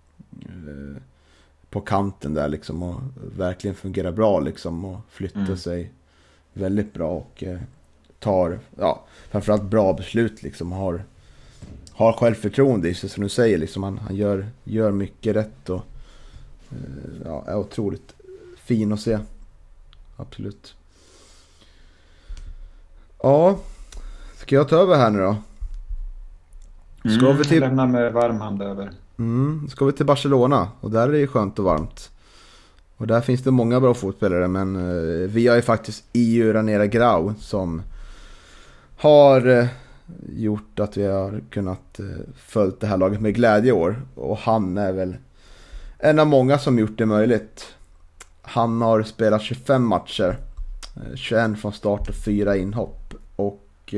på kanten där liksom, och verkligen fungerar bra liksom, och flyttar sig väldigt bra och tar framförallt bra beslut liksom, har självförtroende i sig, som du säger liksom. Han gör mycket rätt och är otroligt fin att se. Absolut. Ja, ska jag ta över här nu då? Ska vi till... lämna med varm hand över. Ska vi till Barcelona, och där är det skönt och varmt. Och där finns det många bra fotbollsspelare, men vi har ju faktiskt EU Ranera Grau som har gjort att vi har kunnat följt det här laget med glädje i år. Och han är väl en av många som gjort det möjligt. Han har spelat 25 matcher, 21 från start och 4 inhopp. Och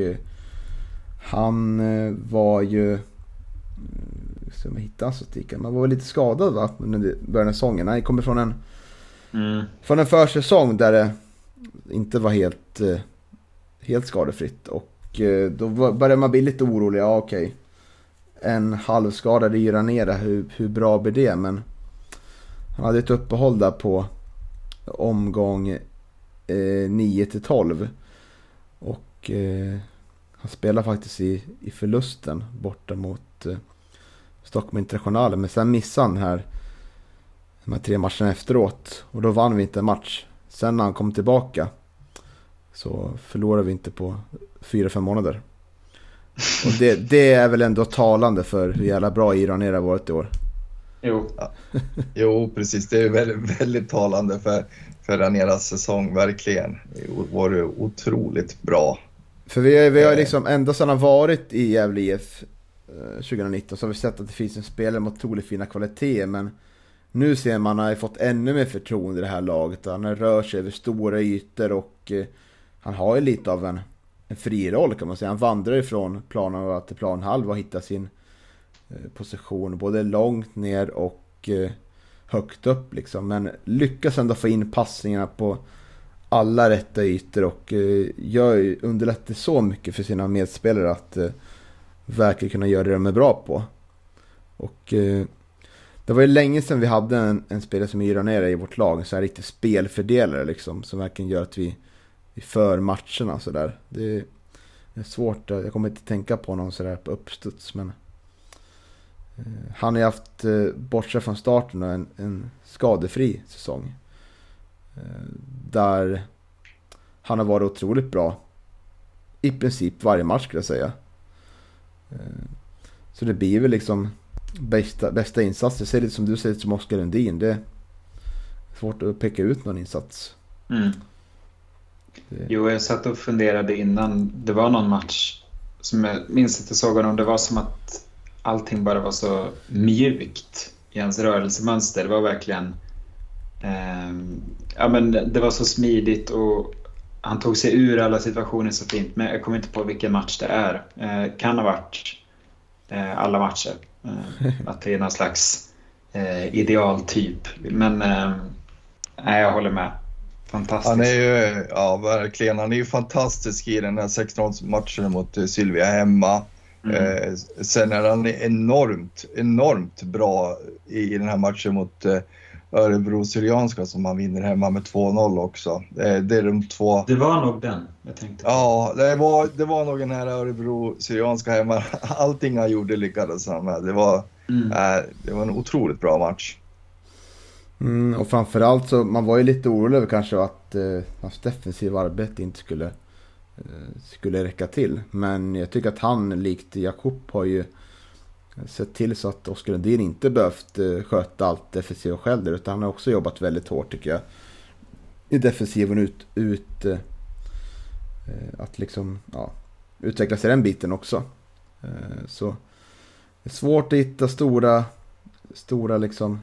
han var ju, som jag hittade statistiken, man var väl lite skadad va, under början av säsongen. Han kommer från en försäsong där det inte var helt skadefritt. Och då började man bli lite orolig. Ja, okej. En halvskadad i Ranera, hur bra blir det? Men han hade ett uppehåll där på omgång 9-12. Och han spelar faktiskt i förlusten borta mot Stockholm Internationale. Men sen missade han här de här 3 matcherna efteråt. Och då vann vi inte en match. Sen när han kom tillbaka så förlorade vi inte på 4-5 månader. Och det är väl ändå talande för hur jävla bra Ranera har varit i år. Jo. Ja. Jo, precis. Det är väldigt, väldigt talande för Raneras säsong, verkligen. Det var otroligt bra. För vi har liksom ända sedan han varit i Gävle IF 2019 så har vi sett att det finns en spelare med otroligt fina kvaliteter, men nu ser man att han har fått ännu mer förtroende i det här laget. Han rör sig över stora ytor och han har ju lite av en fri roll kan man säga. Han vandrar ifrån planen till planhalva och hittar sin position både långt ner och högt upp liksom. Men lyckas ändå få in passningarna på alla rätta ytor och underlättar så mycket för sina medspelare att verkligen kunna göra det de är bra på. Och det var ju länge sedan vi hade en spelare som är Ranera i vårt lag, så här riktigt spelfördelare liksom, som verkligen gör att vi för matcherna så där. Det är svårt, jag kommer inte tänka på någon så där på uppstuds, men han har haft bortsett från starten en skadefri säsong där han har varit otroligt bra i princip varje match skulle jag säga. Så det blir väl liksom bästa insats. Det ser lite som du säger som Oskar Lundin. Det är svårt att peka ut någon insats. Jo, jag satt och funderade innan. Det var någon match som jag minns att jag såg honom. Det var som att allting bara var så mjukt i hans rörelsemönster. Det var verkligen men det var så smidigt och han tog sig ur alla situationer så fint. Men jag kommer inte på vilken match det är. Kan ha varit alla matcher. Att det är någon slags idealtyp. Men jag håller med. Fantastisk. Han är ju, ja verkligen, han är ju fantastisk i den här 16-matchen mot Sylvia hemma. Sen är han enormt bra i den här matchen mot Örebro Syrianska som han vinner hemma med 2-0 också. Det är de två. Det var nog den jag tänkte. Ja, det var nog den här Örebro Syrianska hemma. Allting han gjorde lyckades han med. Det var en otroligt bra match. Och framförallt så man var ju lite orolig över kanske att hans defensiva arbete inte skulle räcka till. Men jag tycker att han likt Jakob har ju sett till så att Oskar Lundin inte behövt sköta allt defensivt själv där, utan han har också jobbat väldigt hårt tycker jag i defensiven att liksom utveckla sig den biten också. Så det är svårt att hitta stora liksom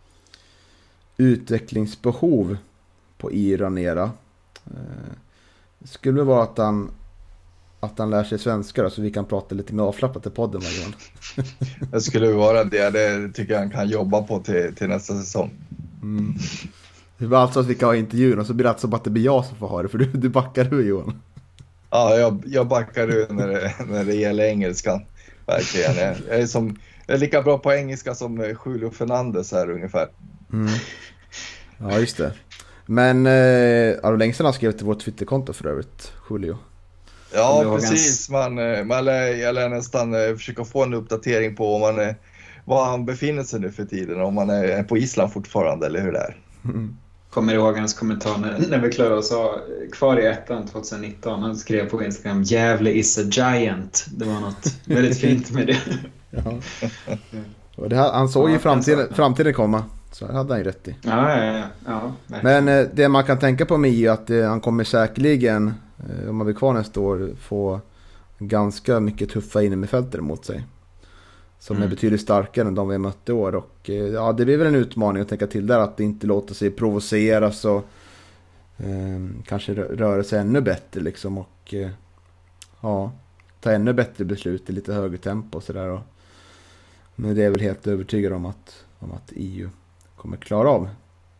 utvecklingsbehov på Ranera. Det skulle vara att han lär sig svenska då, så vi kan prata lite mer avslappnat i podden varje gång. Det skulle vara det tycker jag han kan jobba på till nästa säsong. Det var alltså att vi kan ha intervjun och så blir det alltså att det blir jag som får ha det, för du backar ur Johan. Ja, jag backar ur när det gäller engelskan. Verkligen. Jag är lika bra på engelska som Julio Fernandes här ungefär. Ja, just det. Men är det länge sedan han skrev till vårt Twitterkonto för övrigt, Julio? Ja, precis. Jag lär nästan försöka få en uppdatering på var han befinner sig nu för tiden. Om han är på Island fortfarande eller hur det är. Kommer ihåg hans kommentar när vi klarade oss kvar i ettan 2019. Han skrev på Instagram: Gävle is a giant. Det var något väldigt fint med det. Ja. Och han såg ju framtiden komma. Så det hade han ju rätt i. Ja, men det man kan tänka på med är att han kommer säkerligen, om han blir kvar nästa år, få ganska mycket tuffa innermittfältare mot sig. Som är betydligt starkare än de vi mötte i år. Och ja, det blir väl en utmaning att tänka till där, att det inte låter sig provoceras och kanske röra sig ännu bättre liksom. Och ja, ta ännu bättre beslut i lite högre tempo och sådär. Men det är väl helt övertygad om att EU kommer klara av.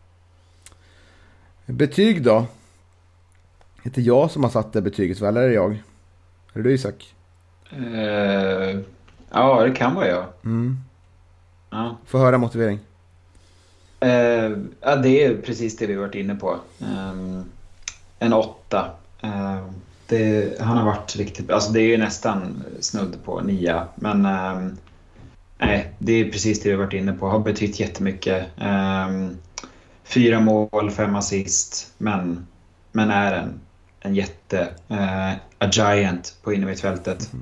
Betyg då? Det är inte jag som har satt det betyget, väl, eller är det jag? Är det du, Isak? Ja, det kan vara jag. Ja. Få höra motivering. Ja, det är precis det vi har varit inne på. En 8. Han har varit riktigt... Alltså det är ju nästan snudd på 9. Men nej, det är precis det vi har varit inne på. Har betytt jättemycket. 4 mål, 5 assist. Men är en jätte... a giant på innermittfältet.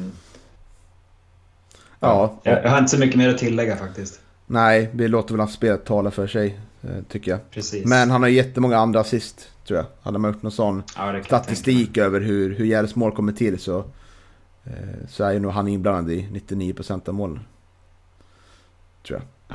Ja. Jag har inte så mycket mer att tillägga faktiskt. Nej, vi låter väl han spelet tala för sig, tycker jag. Precis. Men han har jättemånga andra assist, tror jag. Hade man gjort någon sån statistik över hur Gärds mål kommer till, så är ju nog han inblandad i 99% av målen, tror jag.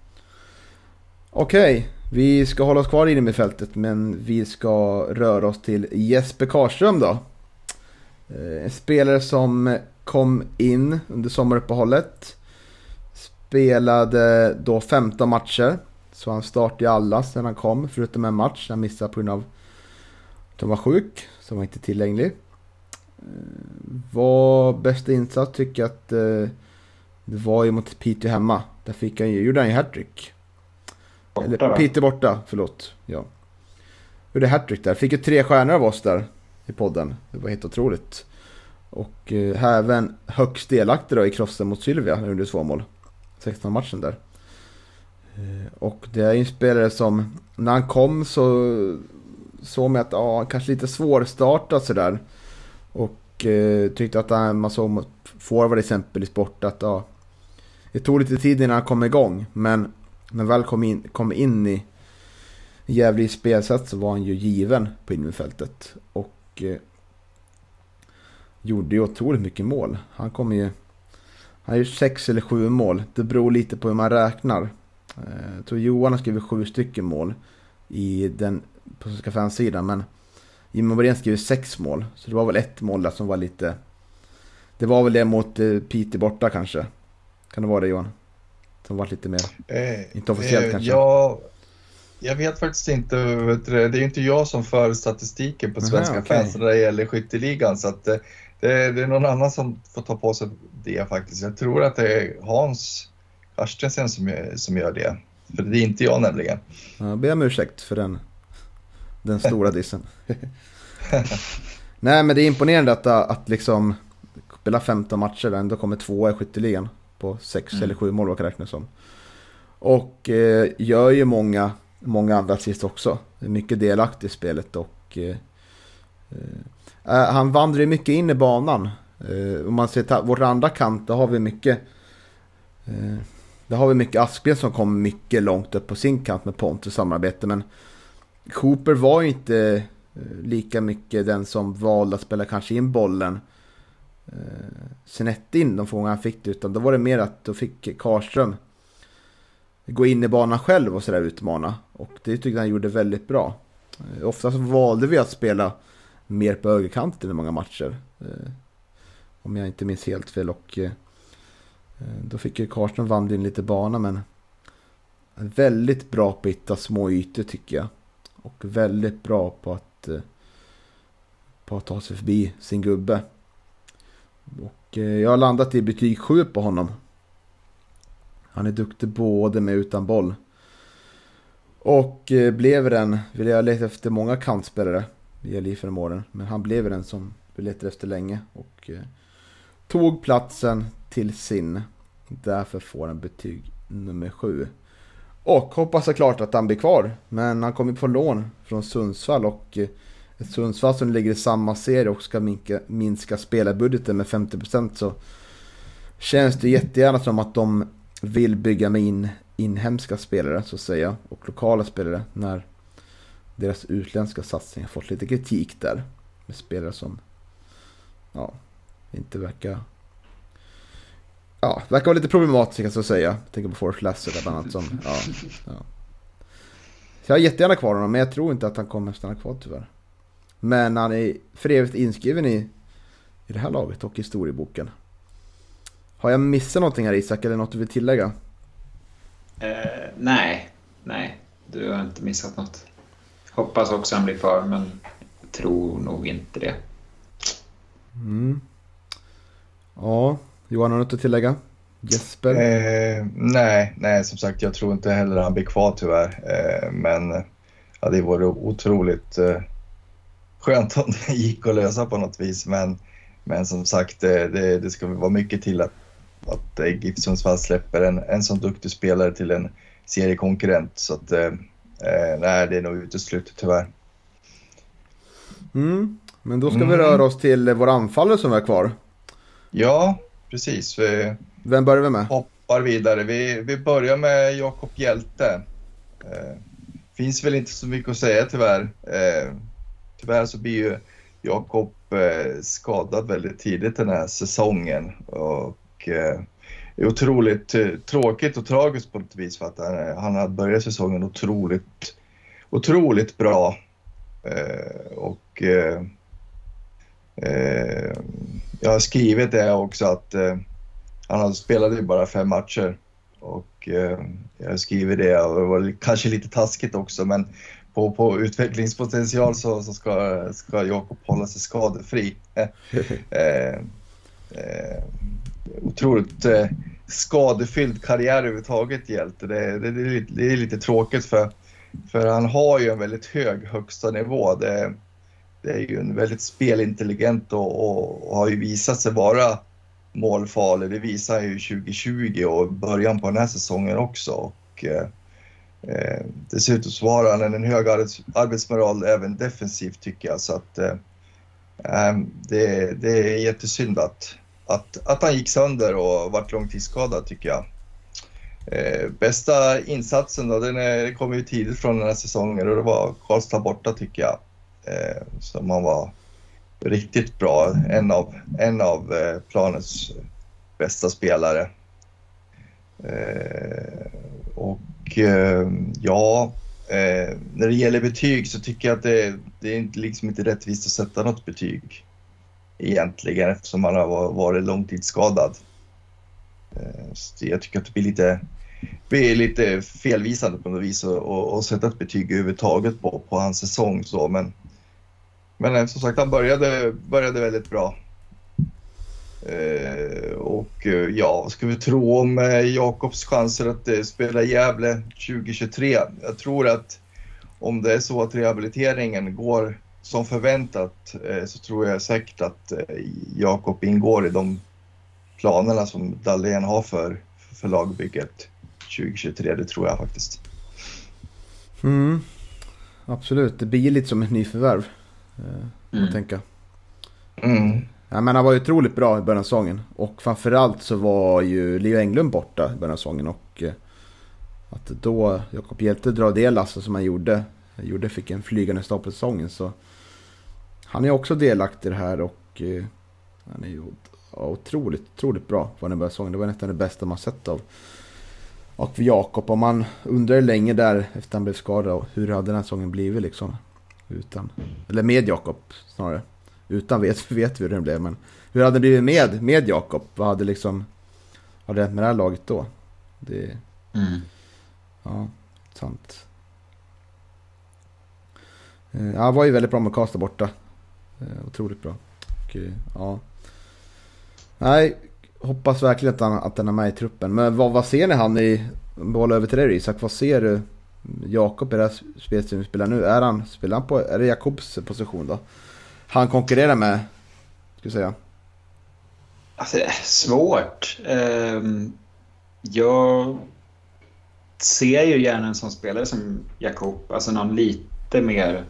Okej, vi ska hålla oss kvar inne med fältet, men vi ska röra oss till Jesper Karlström då. En spelare som kom in under sommaruppehållet. Spelade då 15 matcher. Så han startade i alla sedan han kom, förutom en match han missade på grund av att han var sjuk, som var inte tillgänglig. Var bästa insats tycker jag att det var ju mot Peter hemma. Där gjorde han ju hattrick. Eller Peter borta, förlåt. Ja. Gjorde hattrick där. Fick ju 3 stjärnor av oss där i podden. Det var helt otroligt. Och även högst delaktig då i krossen mot Sylvia när under 2 mål. 16 matchen där. Och det är ju en spelare som när han kom så med att kanske lite svårstartat sådär. Och tyckte att man såg mot forward exempel i sport att det tog lite tid innan han kom igång. Men när väl kom in i Gävle spelsätt så var han ju given på innerfältet. Och gjorde ju otroligt mycket mål. Han har ju 6 eller 7 mål. Det beror lite på hur man räknar. Jag tror Johan har skrivit 7 stycken mål på Svenska fansidan, men Jimmy Morén skrev 6 mål. Så det var väl 1 mål där som var lite... Det var väl det mot Peter borta kanske. Kan det vara det, Johan? Som var lite mer... inte officiellt kanske. Ja, jag vet faktiskt inte. Det är ju inte jag som för statistiken på Svenska fans när det gäller skytteligan. Så att det är någon annan som får ta på sig det faktiskt. Jag tror att det är Hans Karstensen som gör det. För det är inte jag nämligen. Jag ber om ursäkt för den stora dissen. Nej, men det är imponerande att liksom spela 15 matcher där ändå kommer 2 i skytteligan på 6 eller 7 mål, vad kan räknas som. Och gör ju många andra assist också. Det är mycket delaktig i spelet och han vandrar ju mycket in i banan. Om man ser vår andra kant, då har vi mycket Aspgren som kommer mycket långt upp på sin kant med Pontus samarbete, men Cooper var ju inte lika mycket den som valde att spela kanske in bollen snett in de få gånger han fick det, utan då var det mer att då fick Karlström gå in i banan själv och sådär utmana, och det tyckte han gjorde väldigt bra. Oftast valde vi att spela mer på högerkanten i många matcher, om jag inte minns helt fel, och då fick ju Karlström vandra in lite bana, men väldigt bra på att hitta små ytor tycker jag, och väldigt bra på att ta sig förbi sin gubbe. Och jag har landat i betyg 7 på honom. Han är duktig både med utan boll. Och vill jag leta efter många kantspelare i LI för åren, men han blev den som vi letade efter länge och tog platsen till sin. Därför får han betyg nummer 7. Och hoppas såklart att han blir kvar, men han kommer på lån från Sundsvall, och ett Sundsvall som ligger i samma serie och ska minska spelarbudgeten med 50%, så känns det jättegärna som att de vill bygga mig in inhemska spelare så att säga och lokala spelare när deras utländska satsningar fått lite kritik där med spelare som inte verkar vara lite problematiska så att säga. Jag tänker på Forrest Lasser där bland annat som Så jag har jättegärna kvar honom, men jag tror inte att han kommer stanna kvar tyvärr. Men han är för evigt inskriven i det här laget och i historieboken. Har jag missat någonting här, Isak, eller något du vill tillägga? Nej, du har inte missat något. Hoppas också han blir kvar, men tror nog inte det. Ja, Johan, har du något att tillägga? Jesper? Nej, som sagt, jag tror inte heller han blir kvar tyvärr. Men det vore otroligt skönt om det gick att lösa på något vis. Men som sagt, det ska vara mycket till att GIF Sundsvall släpper en sån duktig spelare till en seriekonkurrent. Så att nej, det är nog uteslutet tyvärr. Men då ska vi röra oss till våra anfallare som är kvar. Ja, precis. Vem börjar vi med? Hoppar vidare. Vi börjar med Jakob Hjälte. Finns väl inte så mycket att säga tyvärr. Tyvärr så blir ju Jakob skadad väldigt tidigt den här säsongen. Och är otroligt tråkigt och tragiskt på ett vis för att han har börjat säsongen otroligt bra. Jag har skrivit det också att han spelade ju bara 5 matcher och jag skriver det och det var kanske lite taskigt också, men på utvecklingspotential så ska Jakob hålla sig skadefri. Otroligt skadefylld karriär överhuvudtaget Hjälte. Det är lite tråkigt för han har ju en väldigt hög högsta nivå. Det är ju en väldigt spelintelligent och har ju visat sig vara målfarlig. Det visar ju 2020 och början på den här säsongen också. Och dessutom så har han en hög arbetsmoral även defensivt tycker jag. Så att det är jättesynd att han gick sönder och vart långtidsskadad tycker jag. Bästa insatsen då, den kom ju tidigt från den här säsongen och det var Karlstad borta tycker jag. Som han var riktigt bra, en av planens bästa spelare. När det gäller betyg så tycker jag att det är liksom inte rättvist att sätta något betyg egentligen eftersom han har varit långtidsskadad. Så jag tycker att det blir lite felvisande på något vis att sätta ett betyg överhuvudtaget på hans säsong så, men som sagt han började väldigt bra. Vad ska vi tro om Jakobs chanser att spela Gävle 2023? Jag tror att om det är så att rehabiliteringen går som förväntat så tror jag säkert att Jakob ingår i de planerna som Dahlén har för lagbygget 2023, det tror jag faktiskt. Absolut, det blir lite som ett nyförvärv att tänka. Ja, men han var ju otroligt bra i början av säsongen och framförallt så var ju Leo Englund borta i början av säsongen och att då Jakob Hjälte drar det lasset som han gjorde fick en flygande start på säsongen, så han är också delaktig i det här och han är ju otroligt bra på den början av säsongen. Det var nästan det bästa man sett av Jakob, och man undrar länge där efter han blev skadad och hur hade den här säsongen blivit liksom eller med Jakob snarare. Utan vet vi hur det blev, men hur hade det blivit med Jakob? Vad hade liksom med det här laget då? Ja, sant. Han var ju väldigt bra med Karlstad borta. Otroligt bra. Och, nej, hoppas verkligen att den är med i truppen. Men vad ser ni han i boll över till dig, Isak? Vad ser du Jakob i det här spelet som vi spelar nu? Är det Jakobs position då? Han konkurrerar med, ska jag säga. Alltså, det är svårt. Jag ser ju gärna en sån spelare som Jakob, alltså någon lite mer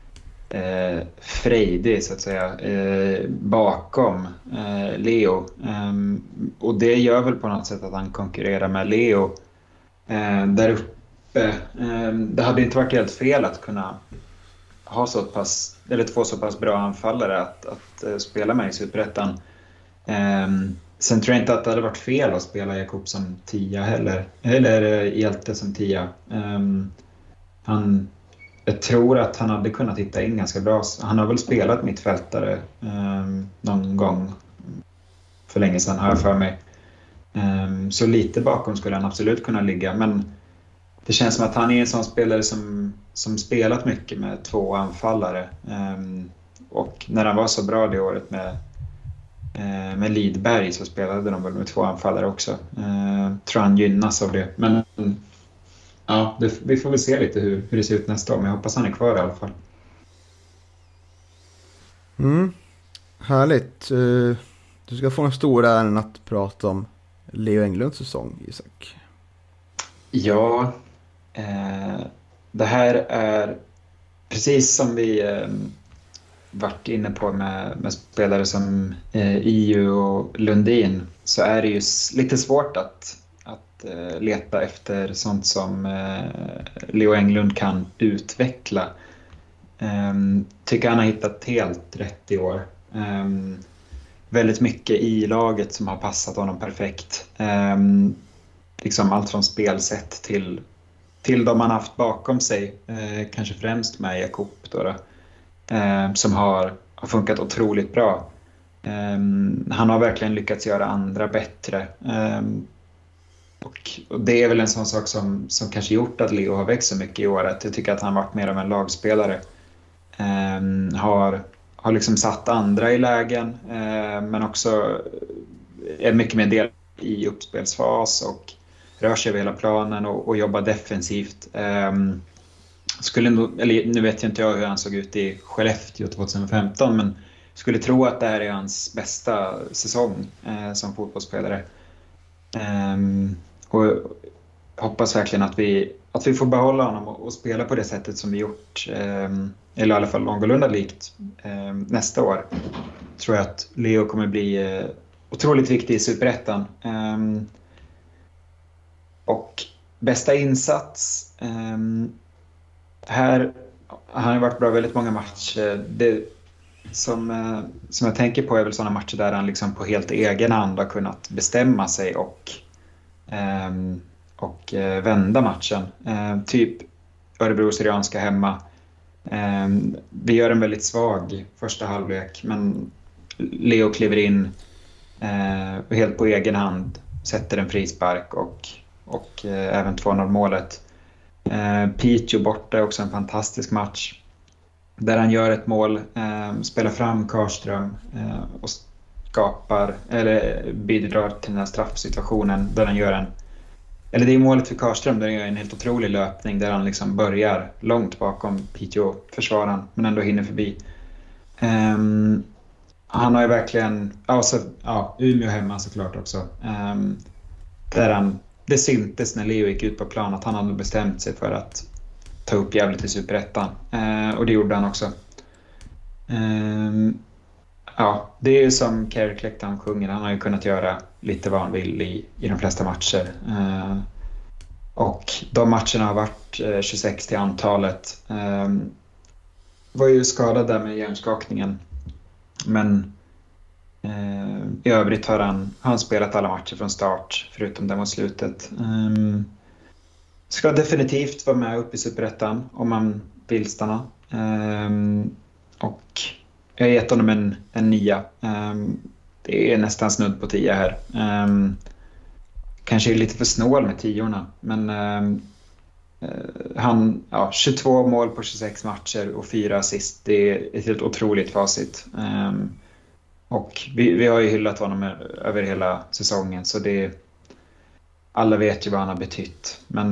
frejdig så att säga bakom Leo. Och det gör väl på något sätt att han konkurrerar med Leo där uppe. Det hade inte varit helt fel att kunna ha två så pass bra anfallare att spela med i Superettan. Sen tror jag inte att det hade varit fel att spela Jakob som 10 heller. Eller Hjälte som 10. Jag tror att han hade kunnat hitta in ganska bra. Han har väl spelat mittfältare någon gång för länge sedan, har jag för mig. Så lite bakom skulle han absolut kunna ligga. Men det känns som att han är en sån spelare som spelat mycket med 2 anfallare. Och när han var så bra det året med Lidberg så spelade de väl med 2 anfallare också. Tror han gynnas av det. Men ja, vi får väl se lite hur det ser ut nästa år. Men jag hoppas han är kvar i alla fall. Härligt. Du ska få en stor äran att prata om Leo Englunds säsong, Isak. Ja, det här är precis som vi varit inne på med spelare som EU och Lundin, så är det ju lite svårt att leta efter sånt som Leo Englund kan utveckla. Tycker han har hittat helt rätt i år. Väldigt mycket i laget som har passat honom perfekt. Liksom allt från spelsätt till de han haft bakom sig. Kanske främst med Jakob då. Som har funkat otroligt bra. Han har verkligen lyckats göra andra bättre. Och det är väl en sån sak som kanske gjort att Leo har växt så mycket i år. Att jag tycker att han varit mer av en lagspelare. Har liksom satt andra i lägen. Men också är mycket mer del i uppspelsfas och rör sig över hela planen och jobbar defensivt. Nu vet jag inte hur han såg ut i Skellefteå 2015, men skulle tro att det här är hans bästa säsong som fotbollsspelare. Och hoppas verkligen att vi får behålla honom och spela på det sättet som vi gjort, eller i alla fall någorlunda likt nästa år. Tror jag att Leo kommer bli otroligt viktig i Superettan. Och bästa insats här har han varit bra väldigt många matcher. Det som jag tänker på är väl sådana matcher där han liksom på helt egen hand har kunnat bestämma sig och vända matchen. Typ Örebro Syrianska hemma. Vi gör en väldigt svag första halvlek, men Leo kliver in helt på egen hand, sätter en frispark och även 2-0-målet. Piteå borta är också en fantastisk match där han gör ett mål, spelar fram Karström och bidrar till den här straffsituationen där han gör det är målet för Karström där han gör en helt otrolig löpning där han liksom börjar långt bakom Piteå-försvararen men ändå hinner förbi. Han har ju verkligen Umeå hemma såklart också, där det syntes när Leo gick ut på plan att han hade bestämt sig för att ta upp Gävle till Superettan. Och det gjorde han också. Det är ju som Kerry Clecton sjunger. Han har ju kunnat göra lite vad han vill i de flesta matcher. Och de matcherna har varit 26 till antalet. Var ju skadad där med hjärnskakningen. Men i övrigt har han spelat alla matcher från start förutom den mot slutet. Ska definitivt vara med upp i Superettan om man vill stanna. Och jag har gett honom en 9. Det är nästan snudd på 10 här. Kanske är lite för snål med 10:orna, men han 22 mål på 26 matcher och 4 assist. Det är ett helt otroligt facit. Och vi har ju hyllat honom över hela säsongen, så alla vet ju vad han har betytt. Men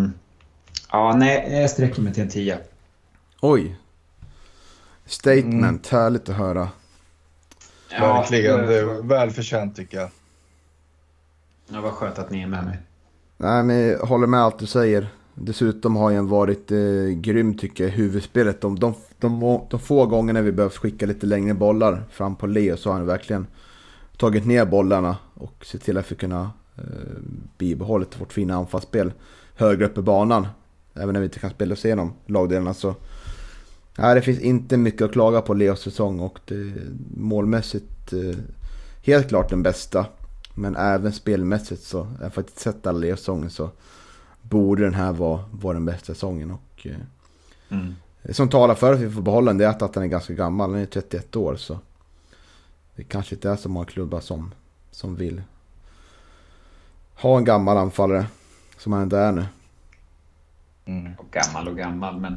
jag sträcker mig till en 10. Oj. Statement, härligt att höra. Verkligen, det är välförtjänt tycker jag. Ja, vad skönt att ni är med mig. Nej, men jag håller med allt du säger. Dessutom har han varit grym tycker jag, huvudspelet. De få gångerna vi behövt skicka lite längre bollar fram på Leo så har han verkligen tagit ner bollarna och sett till att vi kunna bibehålla vårt fina anfallsspel. högre upp i banan. Även när vi inte kan spela oss igenom lagdelarna så det finns inte mycket att klaga på Leos säsong, och det målmässigt helt klart den bästa. Men även spelmässigt så, jag har faktiskt sett alla Leos säsonger, så borde den här vara den bästa säsongen. Och som talar för att vi får behålla den, det är att den är ganska gammal, den är 31 år, så det kanske inte är så många klubbar som vill ha en gammal anfallare som han inte är nu. Och gammal, men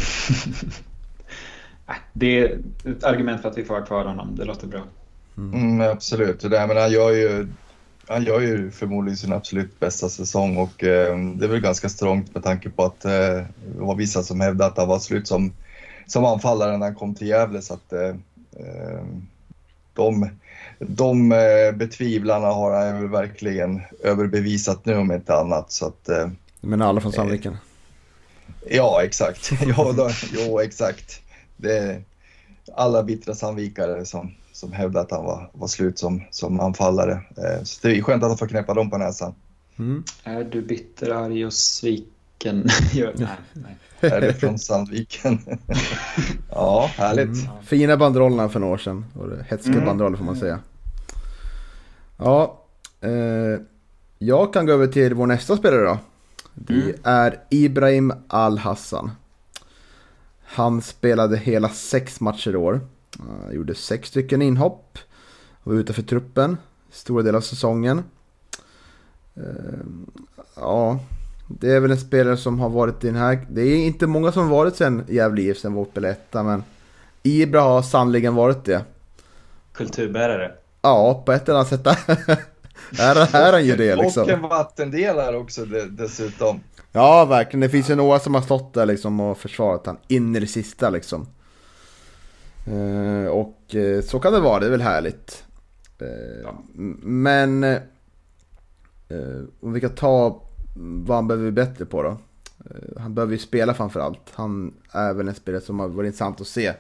det är ett argument för att vi får ha kvar honom. Det låter bra. Absolut. Det, men han gör ju förmodligen sin absolut bästa säsong, och det är väl ganska strångt med tanke på att det var vissa som hävdade att han var slut som anfallare när han kom till Gävle, så att de betvivlarna har han väl verkligen överbevisat nu om inte annat, så att men alla från Sandviken. Ja, exakt. Jo, exakt. Det är alla bittra Sandvikare som hävdar att han var slut som anfallare. Så det är skönt att han får knäppa dem på näsan. Är du bitter, arg och sviken? Nej. Är det från Sandviken? Ja, härligt. Fina banderollerna för några år sedan. Och hetska banderoller får man säga. Ja, jag kan gå över till vår nästa spelare då. Det är Ibrahim Al-Hassan. Han spelade hela 6 matcher i år. Gjorde 6 stycken inhopp. Var utanför truppen stora delar av säsongen. Ja, det är väl en spelare som har varit i den här. Det är inte många som har varit sen Gävle IF sen vårt speletta, men Ibra har sannoliken varit det. Kulturbärare. Ja, på ett eller annat sätt. Här han ju det liksom. Och en vattendelare också dessutom. Ja, verkligen. Det finns ju några som har stått där liksom och försvarat han in i det sista liksom. Och så kan det vara, det är väl härligt. Men om vi kan ta vad han behöver bättre på då. Han behöver ju spela framförallt. Han är väl en spelare som har varit intressant att se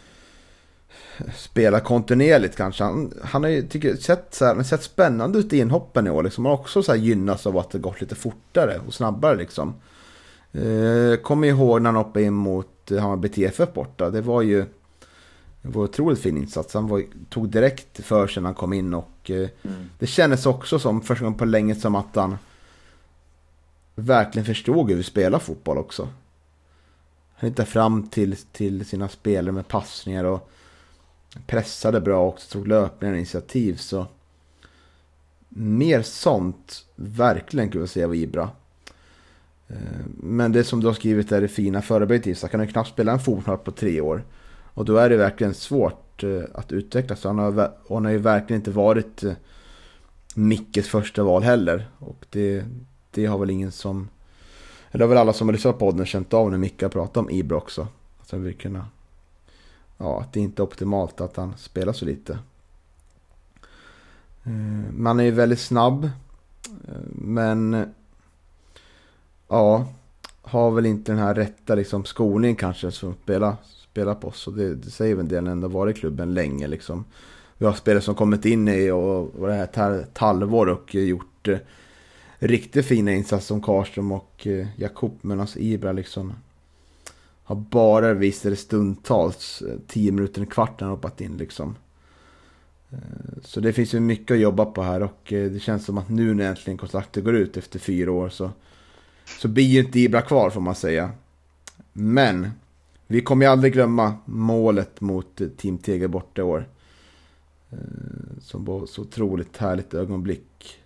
spela kontinuerligt kanske. Han har ju sett spännande ut i inhoppen i år liksom. Han har också så här gynnas av att det gått lite fortare och snabbare liksom. Kommer ihåg när han hoppade in mot Hammarby TFF borta. Det var otroligt fin insats. Han tog direkt för sig när han kom in, och det kändes också som första gången på länge som att han verkligen förstod hur vi spelar fotboll också. Han hittade fram till sina spelare med passningar och pressade bra och tog löpningar och initiativ, så mer sånt verkligen kunde jag säga var Ibra. Men det som du har skrivit är det fina förarbetet, så kan han knappt spela en fotboll på 3 år, och då är det verkligen svårt att utvecklas. Han har ju verkligen inte varit Mickes första val heller, och det har väl ingen som, eller har väl alla som har lyssnat på podden känt av när Micke har pratat om Ibra också, att vi kunna, att det inte är optimalt att han spelar så lite. Man är ju väldigt snabb, men har väl inte den här rätta liksom skolningen kanske som spelar på oss, och det säger väl en del, ändå varit i klubben länge liksom. Vi har spelare som kommit in i och det här ett halvår och gjort riktigt fina insatser som Karlström och Jakob, medan Ibra liksom har bara visat det stundtals 10 minuter, en kvart när han hoppat in liksom. Så det finns ju mycket att jobba på här, och det känns som att nu när äntligen kontraktet går ut efter 4 år så blir ju inte Ibra kvar, får man säga. Men vi kommer ju aldrig glömma målet mot Team Tegel borta i år, som var så otroligt härligt ögonblick.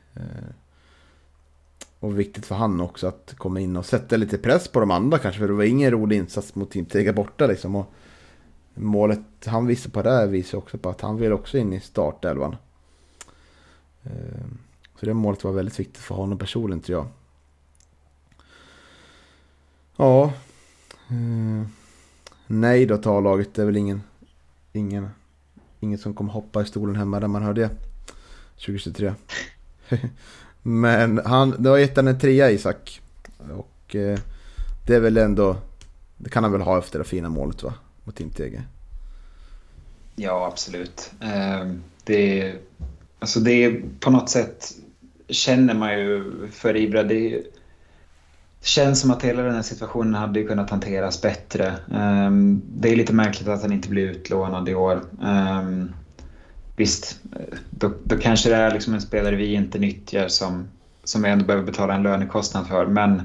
Och viktigt för han också att komma in och sätta lite press på de andra kanske, för det var ingen rolig insats mot Team Tegel borta liksom. Och målet han visade på det visar också på att han vill också in i startelvan. Så det målet var väldigt viktigt för honom personligen, tror jag. Ja. Nej då, tar laget. Det är väl ingen som kommer hoppa i stolen hemma där man hör det 2023. Men det har gett en 3, Isak. Och det är väl ändå, det kan han väl ha efter det fina målet, va? Mot Team Tegel. Ja, absolut. Det är på något sätt, känner man ju för Ibra, känns som att hela den här situationen hade ju kunnat hanteras bättre. Det är lite märkligt att han inte blir utlånad i år. Visst, då kanske det är liksom en spelare vi inte nyttjar som vi ändå behöver betala en lönekostnad för. Men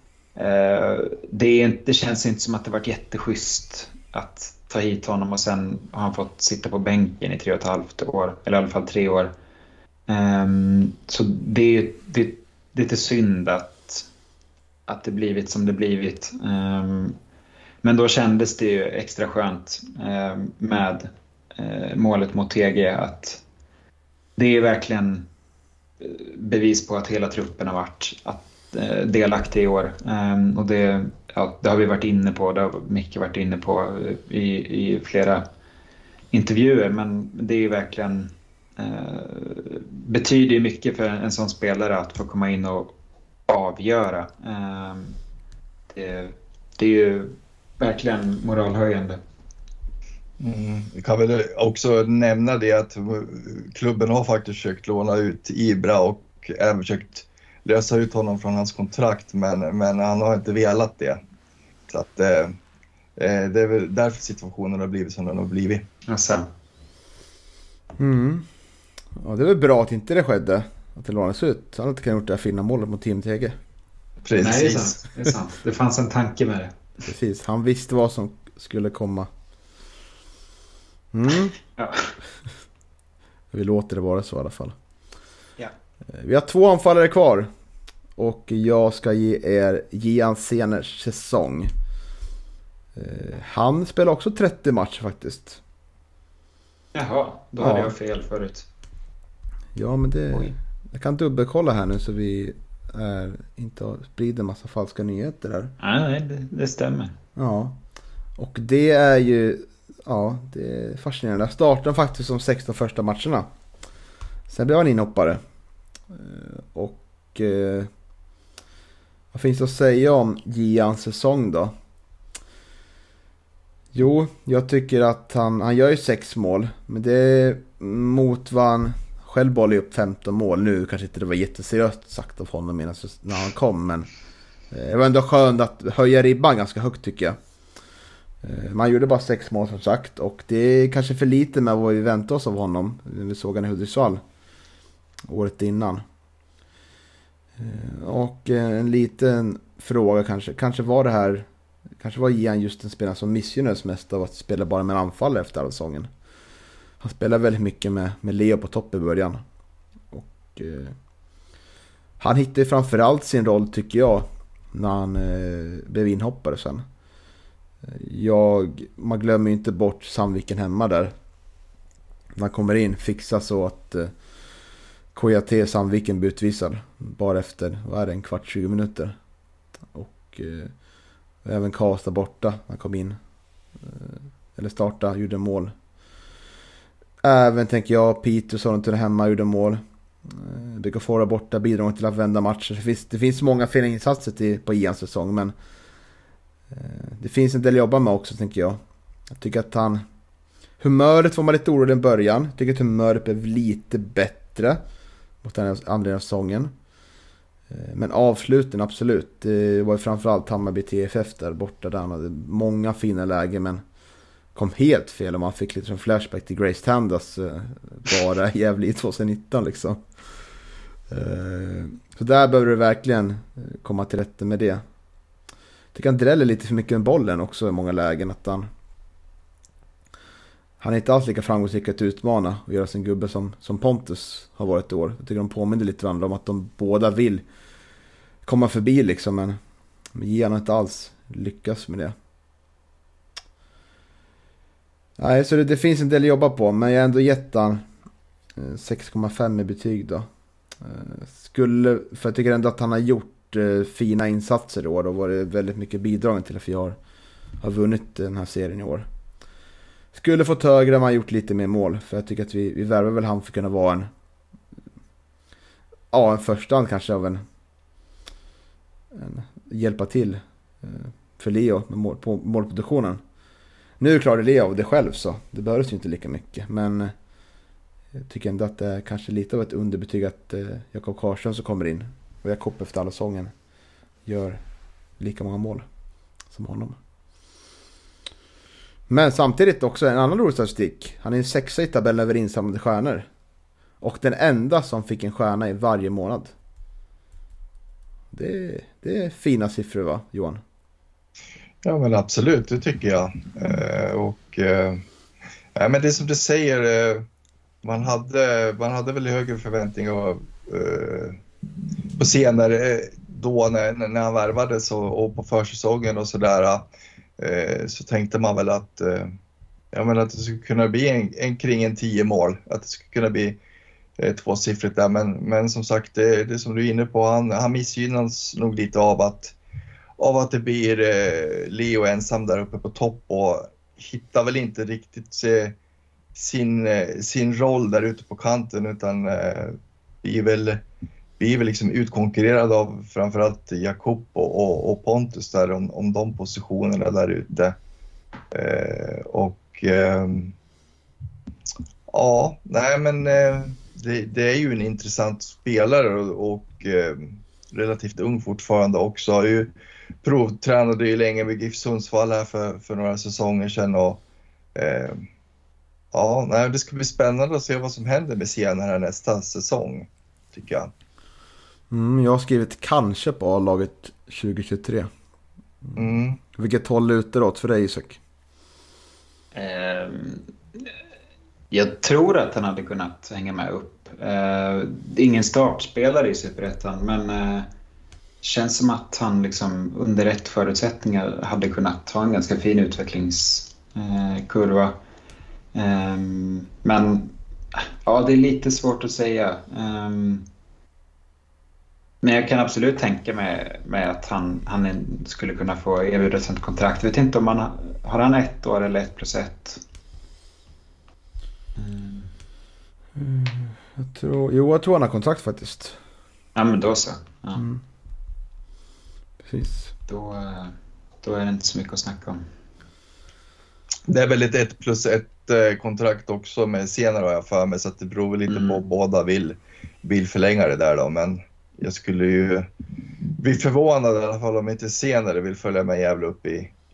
det känns inte som att det varit jätteschysst att ta hit honom och sen har han fått sitta på bänken i 3,5 år, eller i alla fall 3 år. Så det är lite synd att det blivit som det blivit. Men då kändes det ju extra skönt med målet mot TG, att det är verkligen bevis på att hela truppen har varit delaktig i år. Och det har vi varit inne på, det har Micke varit inne på i flera intervjuer, men det är ju verkligen betyder mycket för en sån spelare att få komma in och avgöra. Det är ju verkligen moralhöjande. Vi kan väl också nämna det att klubben har faktiskt försökt låna ut Ibra och även försökt lösa ut honom från hans kontrakt, men han har inte velat det. Så att det är väl därför situationen har blivit som den har blivit. Alltså. Ja, det är väl bra att inte det skedde, att det lånades ut. Han hade inte kunnat gjort det här fina målet mot Team TG. Precis. Nej, det är sant. Det fanns en tanke med det. Precis, han visste vad som skulle komma. Ja. Vi låter det vara så i alla fall. Ja. Vi har 2 anfallare kvar. Och jag ska ge er Gian Seners säsong. Han spelar också 30 matcher faktiskt. Jaha, då hade jag fel förut. Ja, men jag kan dubbelkolla här nu så vi inte sprider massa falska nyheter här. Nej, det stämmer. Ja, och det är ju det är fascinerande. Jag startade faktiskt som 16 första matcherna. Sen blev han inhoppare. Och vad finns det att säga om Gians säsong då? Jo, jag tycker att han gör ju 6 mål. Men det motvann själv bollar upp 15 mål. Nu kanske inte det var jätteseriöst sagt av honom när han kom. Men det var ändå skönt att höja ribban ganska högt tycker jag. Man gjorde bara 6 mål som sagt. Och det är kanske för lite med vad vi väntade oss av honom. Vi såg han i Hudiksvall året innan. Och en liten fråga kanske var det här. Kanske var Ian just en spelare som missgynnades mest av att spela bara med anfall efter all säsongen. Han spelade väldigt mycket med Leo på topp i början. Och han hittade framförallt sin roll tycker jag när han blev inhoppare sen. Man glömmer ju inte bort Sandviken hemma där. När han kommer in fixar så att KJT Sandviken blir utvisad bara efter, en kvart 20 minuter. Och även Karlstad borta när han kom in. Eller starta, gjorde mål. Även tänker jag Peterson hemma gjorde mål. Bygga borta bidrog till att vända matcher. Det finns många fina insatser på Ians säsong, men det finns en del att jobba med också tänker jag. Jag tycker att humöret var man lite orolig i början. Jag tycker att humöret blev lite bättre mot den andra säsongen. Men avsluten absolut. Det var ju framförallt Hammarby TFF där borta där han hade många fina lägen men kom helt fel och man fick lite som flashback till Grace Tandas bara jävligt i 2019 liksom. Så där behöver du verkligen komma till rätta med det. Jag tycker han dräller lite för mycket med bollen också i många lägen att han är inte alls lika framgångsrik att utmana och göra sin gubbe som Pontus har varit i år. Jag tycker de påminner lite varandra om att de båda vill komma förbi liksom, men Gian har inte alls lyckas med det. Nej, så det finns en del att jobba på, men jag har ändå gett han 6,5 i betyg då. För jag tycker ändå att han har gjort fina insatser i år och varit väldigt mycket bidragande till att vi har vunnit den här serien i år. Skulle fått högre om han gjort lite mer mål, för jag tycker att vi värvar väl han för att kunna vara en första hand kanske av en hjälpa till för Leo med målproduktionen. Nu klarade Leo av det själv så det behövs ju inte lika mycket, men jag tycker ändå att det är kanske lite av ett underbetyg att Jakob Karlsson som kommer in och Jakob efter alla säsongen gör lika många mål som honom. Men samtidigt också en annan rolig statistik. Han är en 6 i tabellen över insamlade stjärnor. Och den enda som fick en stjärna i varje månad. Det är fina siffror, va, Johan? Ja, men absolut, det tycker jag. Men det är som du säger, man hade väl högre förväntningar på senare då när han värvades och på försäsongen och sådär. Så tänkte man väl att att det skulle kunna bli kring 10 mål, att det skulle kunna bli tvåsiffrigt där, men som sagt, det som du är inne på, han missgynnas nog lite av att det blir Leo ensam där uppe på topp och hittar väl inte riktigt sin roll där ute på kanten, utan vi är väl liksom utkonkurrerad av framförallt Jakob och Pontus där om de positionerna där ute. Det är ju en intressant spelare och relativt ung fortfarande också. Har ju provtränade ju länge med GIF Sundsvall här för några säsonger sedan och det ska bli spännande att se vad som händer med Siena här nästa säsong, tycker jag. Jag har skrivit kanske på A-laget 2023. Vilket håll lutar åt för dig, Isak? Jag tror att han hade kunnat hänga med upp. Ingen startspelare i Superettan, men känns som att han liksom under rätt förutsättningar hade kunnat ha en ganska fin utvecklingskurva. Men ja, det är lite svårt att säga. Men jag kan absolut tänka mig att han skulle kunna få erbjudas ett kontrakt. Jag vet inte om har han 1 år eller 1+1. Jag tror han har kontrakt faktiskt. Ja, men då så. Ja. Precis. Då är det inte så mycket att snacka om. Det är väl ett 1+1 kontrakt också med senare, har jag för mig, så att det beror väl lite på båda vill förlänga det där då, men jag skulle ju bli förvånad i alla fall om inte senare vill följa med jävla upp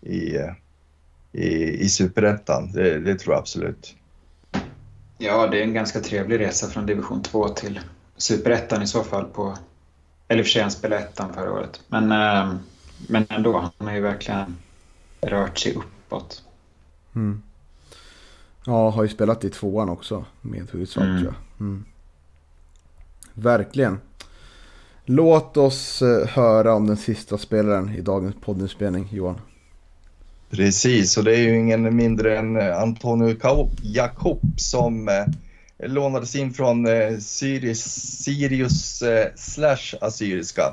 i Superettan. Det tror jag absolut. Ja, det är en ganska trevlig resa från division 2 till Superettan i så fall eller för sig han spelade ettan förra året. Men ändå, han har ju verkligen rört sig uppåt. Ja, har ju spelat i 2:an också med Hudiksvall, tror jag. Verkligen. Låt oss höra om den sista spelaren i dagens poddinspelning, Johan. Precis, och det är ju ingen mindre än Antonio Jakob som lånades in från Sirius / Assyriska.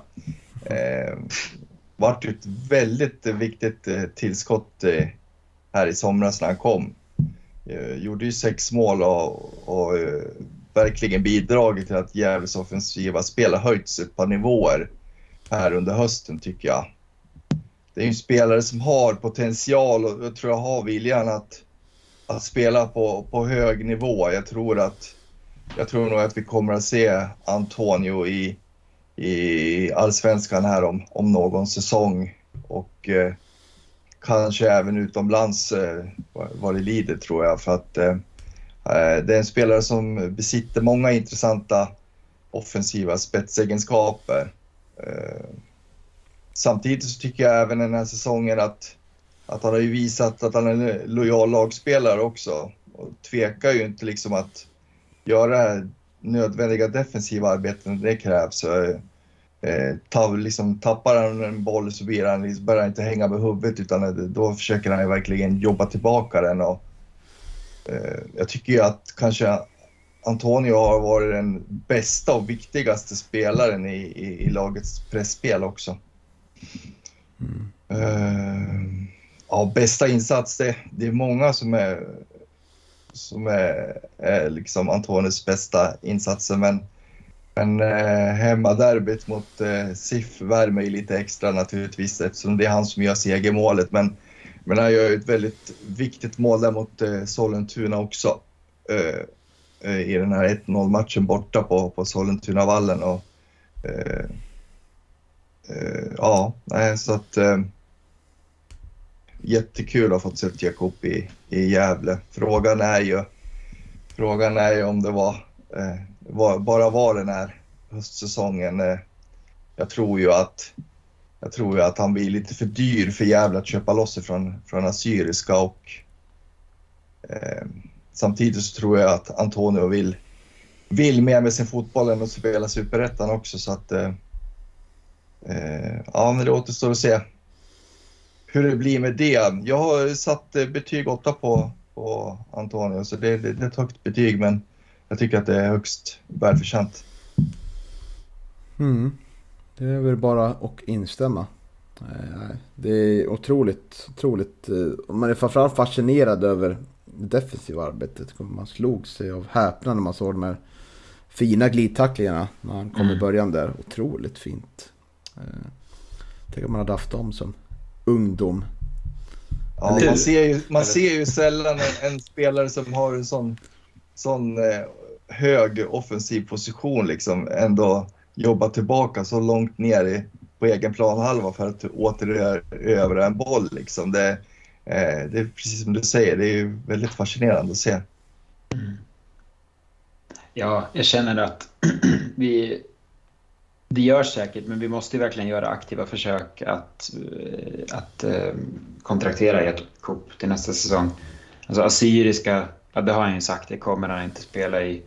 Vart ett väldigt viktigt tillskott här i somras när han kom. Gjorde ju 6 mål och verkligen bidragit till att Gävles offensiva spel har höjts ett par nivåer här under hösten, tycker jag. Det är ju en spelare som har potential och jag tror jag har viljan att spela på hög nivå. Jag tror nog att vi kommer att se Antonio i Allsvenskan här om någon säsong och kanske även utomlands vad det lider, tror jag, för att det är en spelare som besitter många intressanta offensiva spetsegenskaper. Samtidigt så tycker jag även den här säsongen att han har ju visat att han är en lojal lagspelare också. Och tvekar ju inte liksom att göra nödvändiga defensiva arbeten när det krävs. Tappar han en boll så börjar han inte hänga med huvudet, utan då försöker han ju verkligen jobba tillbaka den. Och, jag tycker ju att kanske Antonio har varit den bästa och viktigaste spelaren i lagets pressspel också. Bästa insats, det är många som är liksom Antonios bästa insatser, men hemmaderbyt mot SIF värmer ju lite extra naturligtvis, eftersom det är han som gör segermålet, men han gör ju ett väldigt viktigt mål där mot Sollentuna också i den här 1-0 matchen borta på Sollentunavallen, och Ja, nej, så att jättekul att ha fått sett Jakob i Gävle. Frågan är ju om det var den här höstsäsongen. Jag tror ju att han blir lite för dyr för Gävle att köpa loss från Assyriska, och samtidigt så tror jag att Antonio vill mer med sin fotboll än att spela Superettan också, så att ja, men det återstår att se hur det blir med det. Jag har satt betyg 8 på Antonio, så det är ett högt betyg, men jag tycker att det är högst välförtjänt. Det är väl bara att instämma. Det är otroligt. Man är framförallt fascinerad över det defensiva arbetet. Man slog sig av häpnad när man såg de här fina glidtacklingarna när han kom i början där. Otroligt fint. Tänk om man hade haft dem som ungdom. Ja, man ser ju sällan en spelare som har en sån hög offensiv position liksom ändå jobba tillbaka så långt ner på egen planhalva för att återerövra en boll liksom. Det är precis som du säger, det är ju väldigt fascinerande att se. Ja, jag känner att det gör säkert, men vi måste ju verkligen göra aktiva försök att kontraktera Jakob till nästa säsong. Alltså Assyriska, ja, det har han ju sagt, det kommer han inte spela i.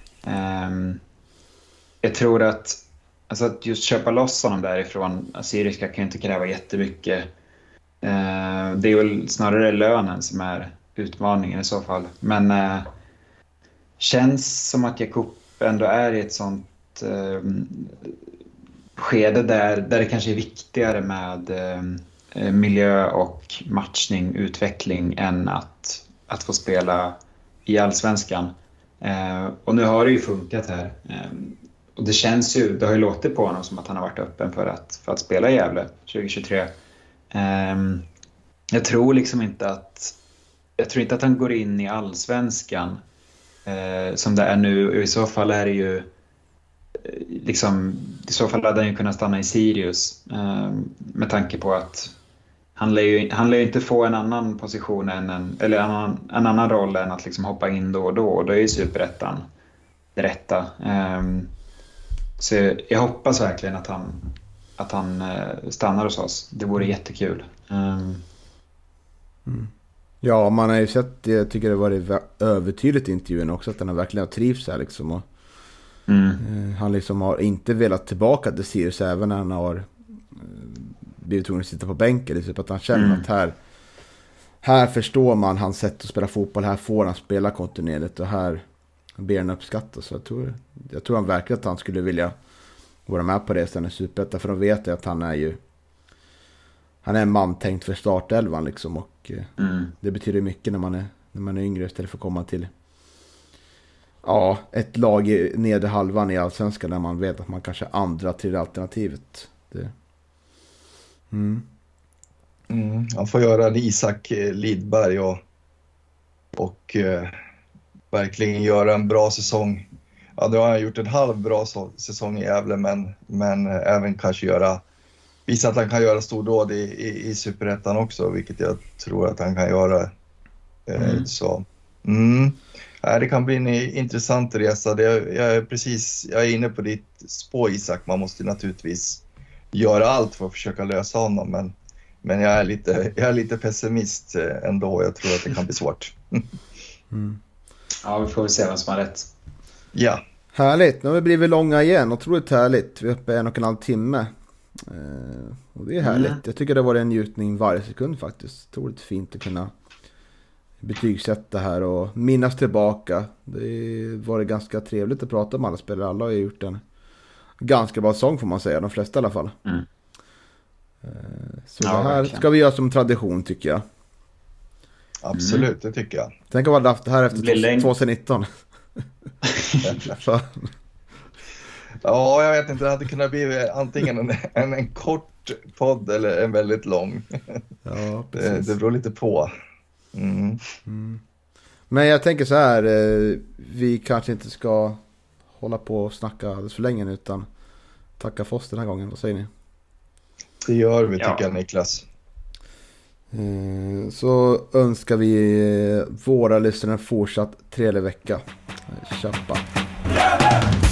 Jag tror att just köpa loss honom därifrån, Assyriska kan ju inte kräva jättemycket. Det är väl snarare lönen som är utmaningen i så fall. Men känns som att Jakob ändå är i ett sånt skede där det kanske är viktigare med miljö och matchning, utveckling än att få spela i Allsvenskan. Och nu har det ju funkat här. Och det känns ju, det har ju låtit på honom som att han har varit öppen för att spela i Gävle 2023. Jag tror inte att han går in i Allsvenskan som det är nu. I så fall är det ju liksom, i så fall hade han ju kunnat stanna i Sirius, med tanke på att han lär ju inte få en annan position eller en annan roll än att liksom hoppa in då och då, och då är ju Superettan det rätta. Så jag hoppas verkligen att han stannar hos oss. Det vore jättekul. Ja, man har ju sett, jag tycker det var övertydligt i intervjun också, att han verkligen har trivts här liksom, och han liksom har inte velat tillbaka till Sirius även när han har blivit tvungen att sitta på bänken liksom, att han känner att här förstår man hans sätt att spela fotboll, här får han spela kontinuerligt och här ber han uppskattas. Så jag tror han verkligen att han skulle vilja vara med på resan i Superettan, för de vet att han är en man tänkt för startelvan liksom, och det betyder mycket när man är yngre istället för att komma till ett lag i nedre halvan i Allsvenskan, där man vet att man kanske är andra till alternativet. Han får göra en Isak Lidberg och verkligen göra en bra säsong. Ja, då har han gjort en halvbra säsong i Gävle, men även kanske visa att han kan göra stordåd i Superettan också, vilket jag tror att han kan göra. Så det kan bli en intressant resa. Jag är inne på ditt spår, Isak. Man måste naturligtvis göra allt för att försöka lösa honom, men jag är lite pessimist ändå. Jag tror att det kan bli svårt. Ja, vi får väl se vem som har rätt. Ja. Härligt, nu har vi blivit långa igen. Otroligt härligt, vi är uppe 1,5 timme. Och det är härligt. Jag tycker det var en njutning varje sekund faktiskt. Otroligt fint att kunna betygsätta här och minnas tillbaka. Det var ganska trevligt att prata med alla spelare. Alla har gjort en ganska bra säsong får man säga, de flesta i alla fall. Så det här verkligen ska vi göra som tradition, tycker jag. Absolut, det tycker jag. Tänk om vi hade haft det här efter 2019. Ja, jag vet inte. Det hade kunnat bli antingen en kort podd eller en väldigt lång. Ja, det beror lite på. Men jag tänker så här, vi kanske inte ska hålla på och snacka alldeles för länge, utan tacka för oss den här gången. Vad säger ni? Det gör vi tycker jag, Niklas. Så önskar vi våra lyssnare en fortsatt trevlig vecka. Kämpa!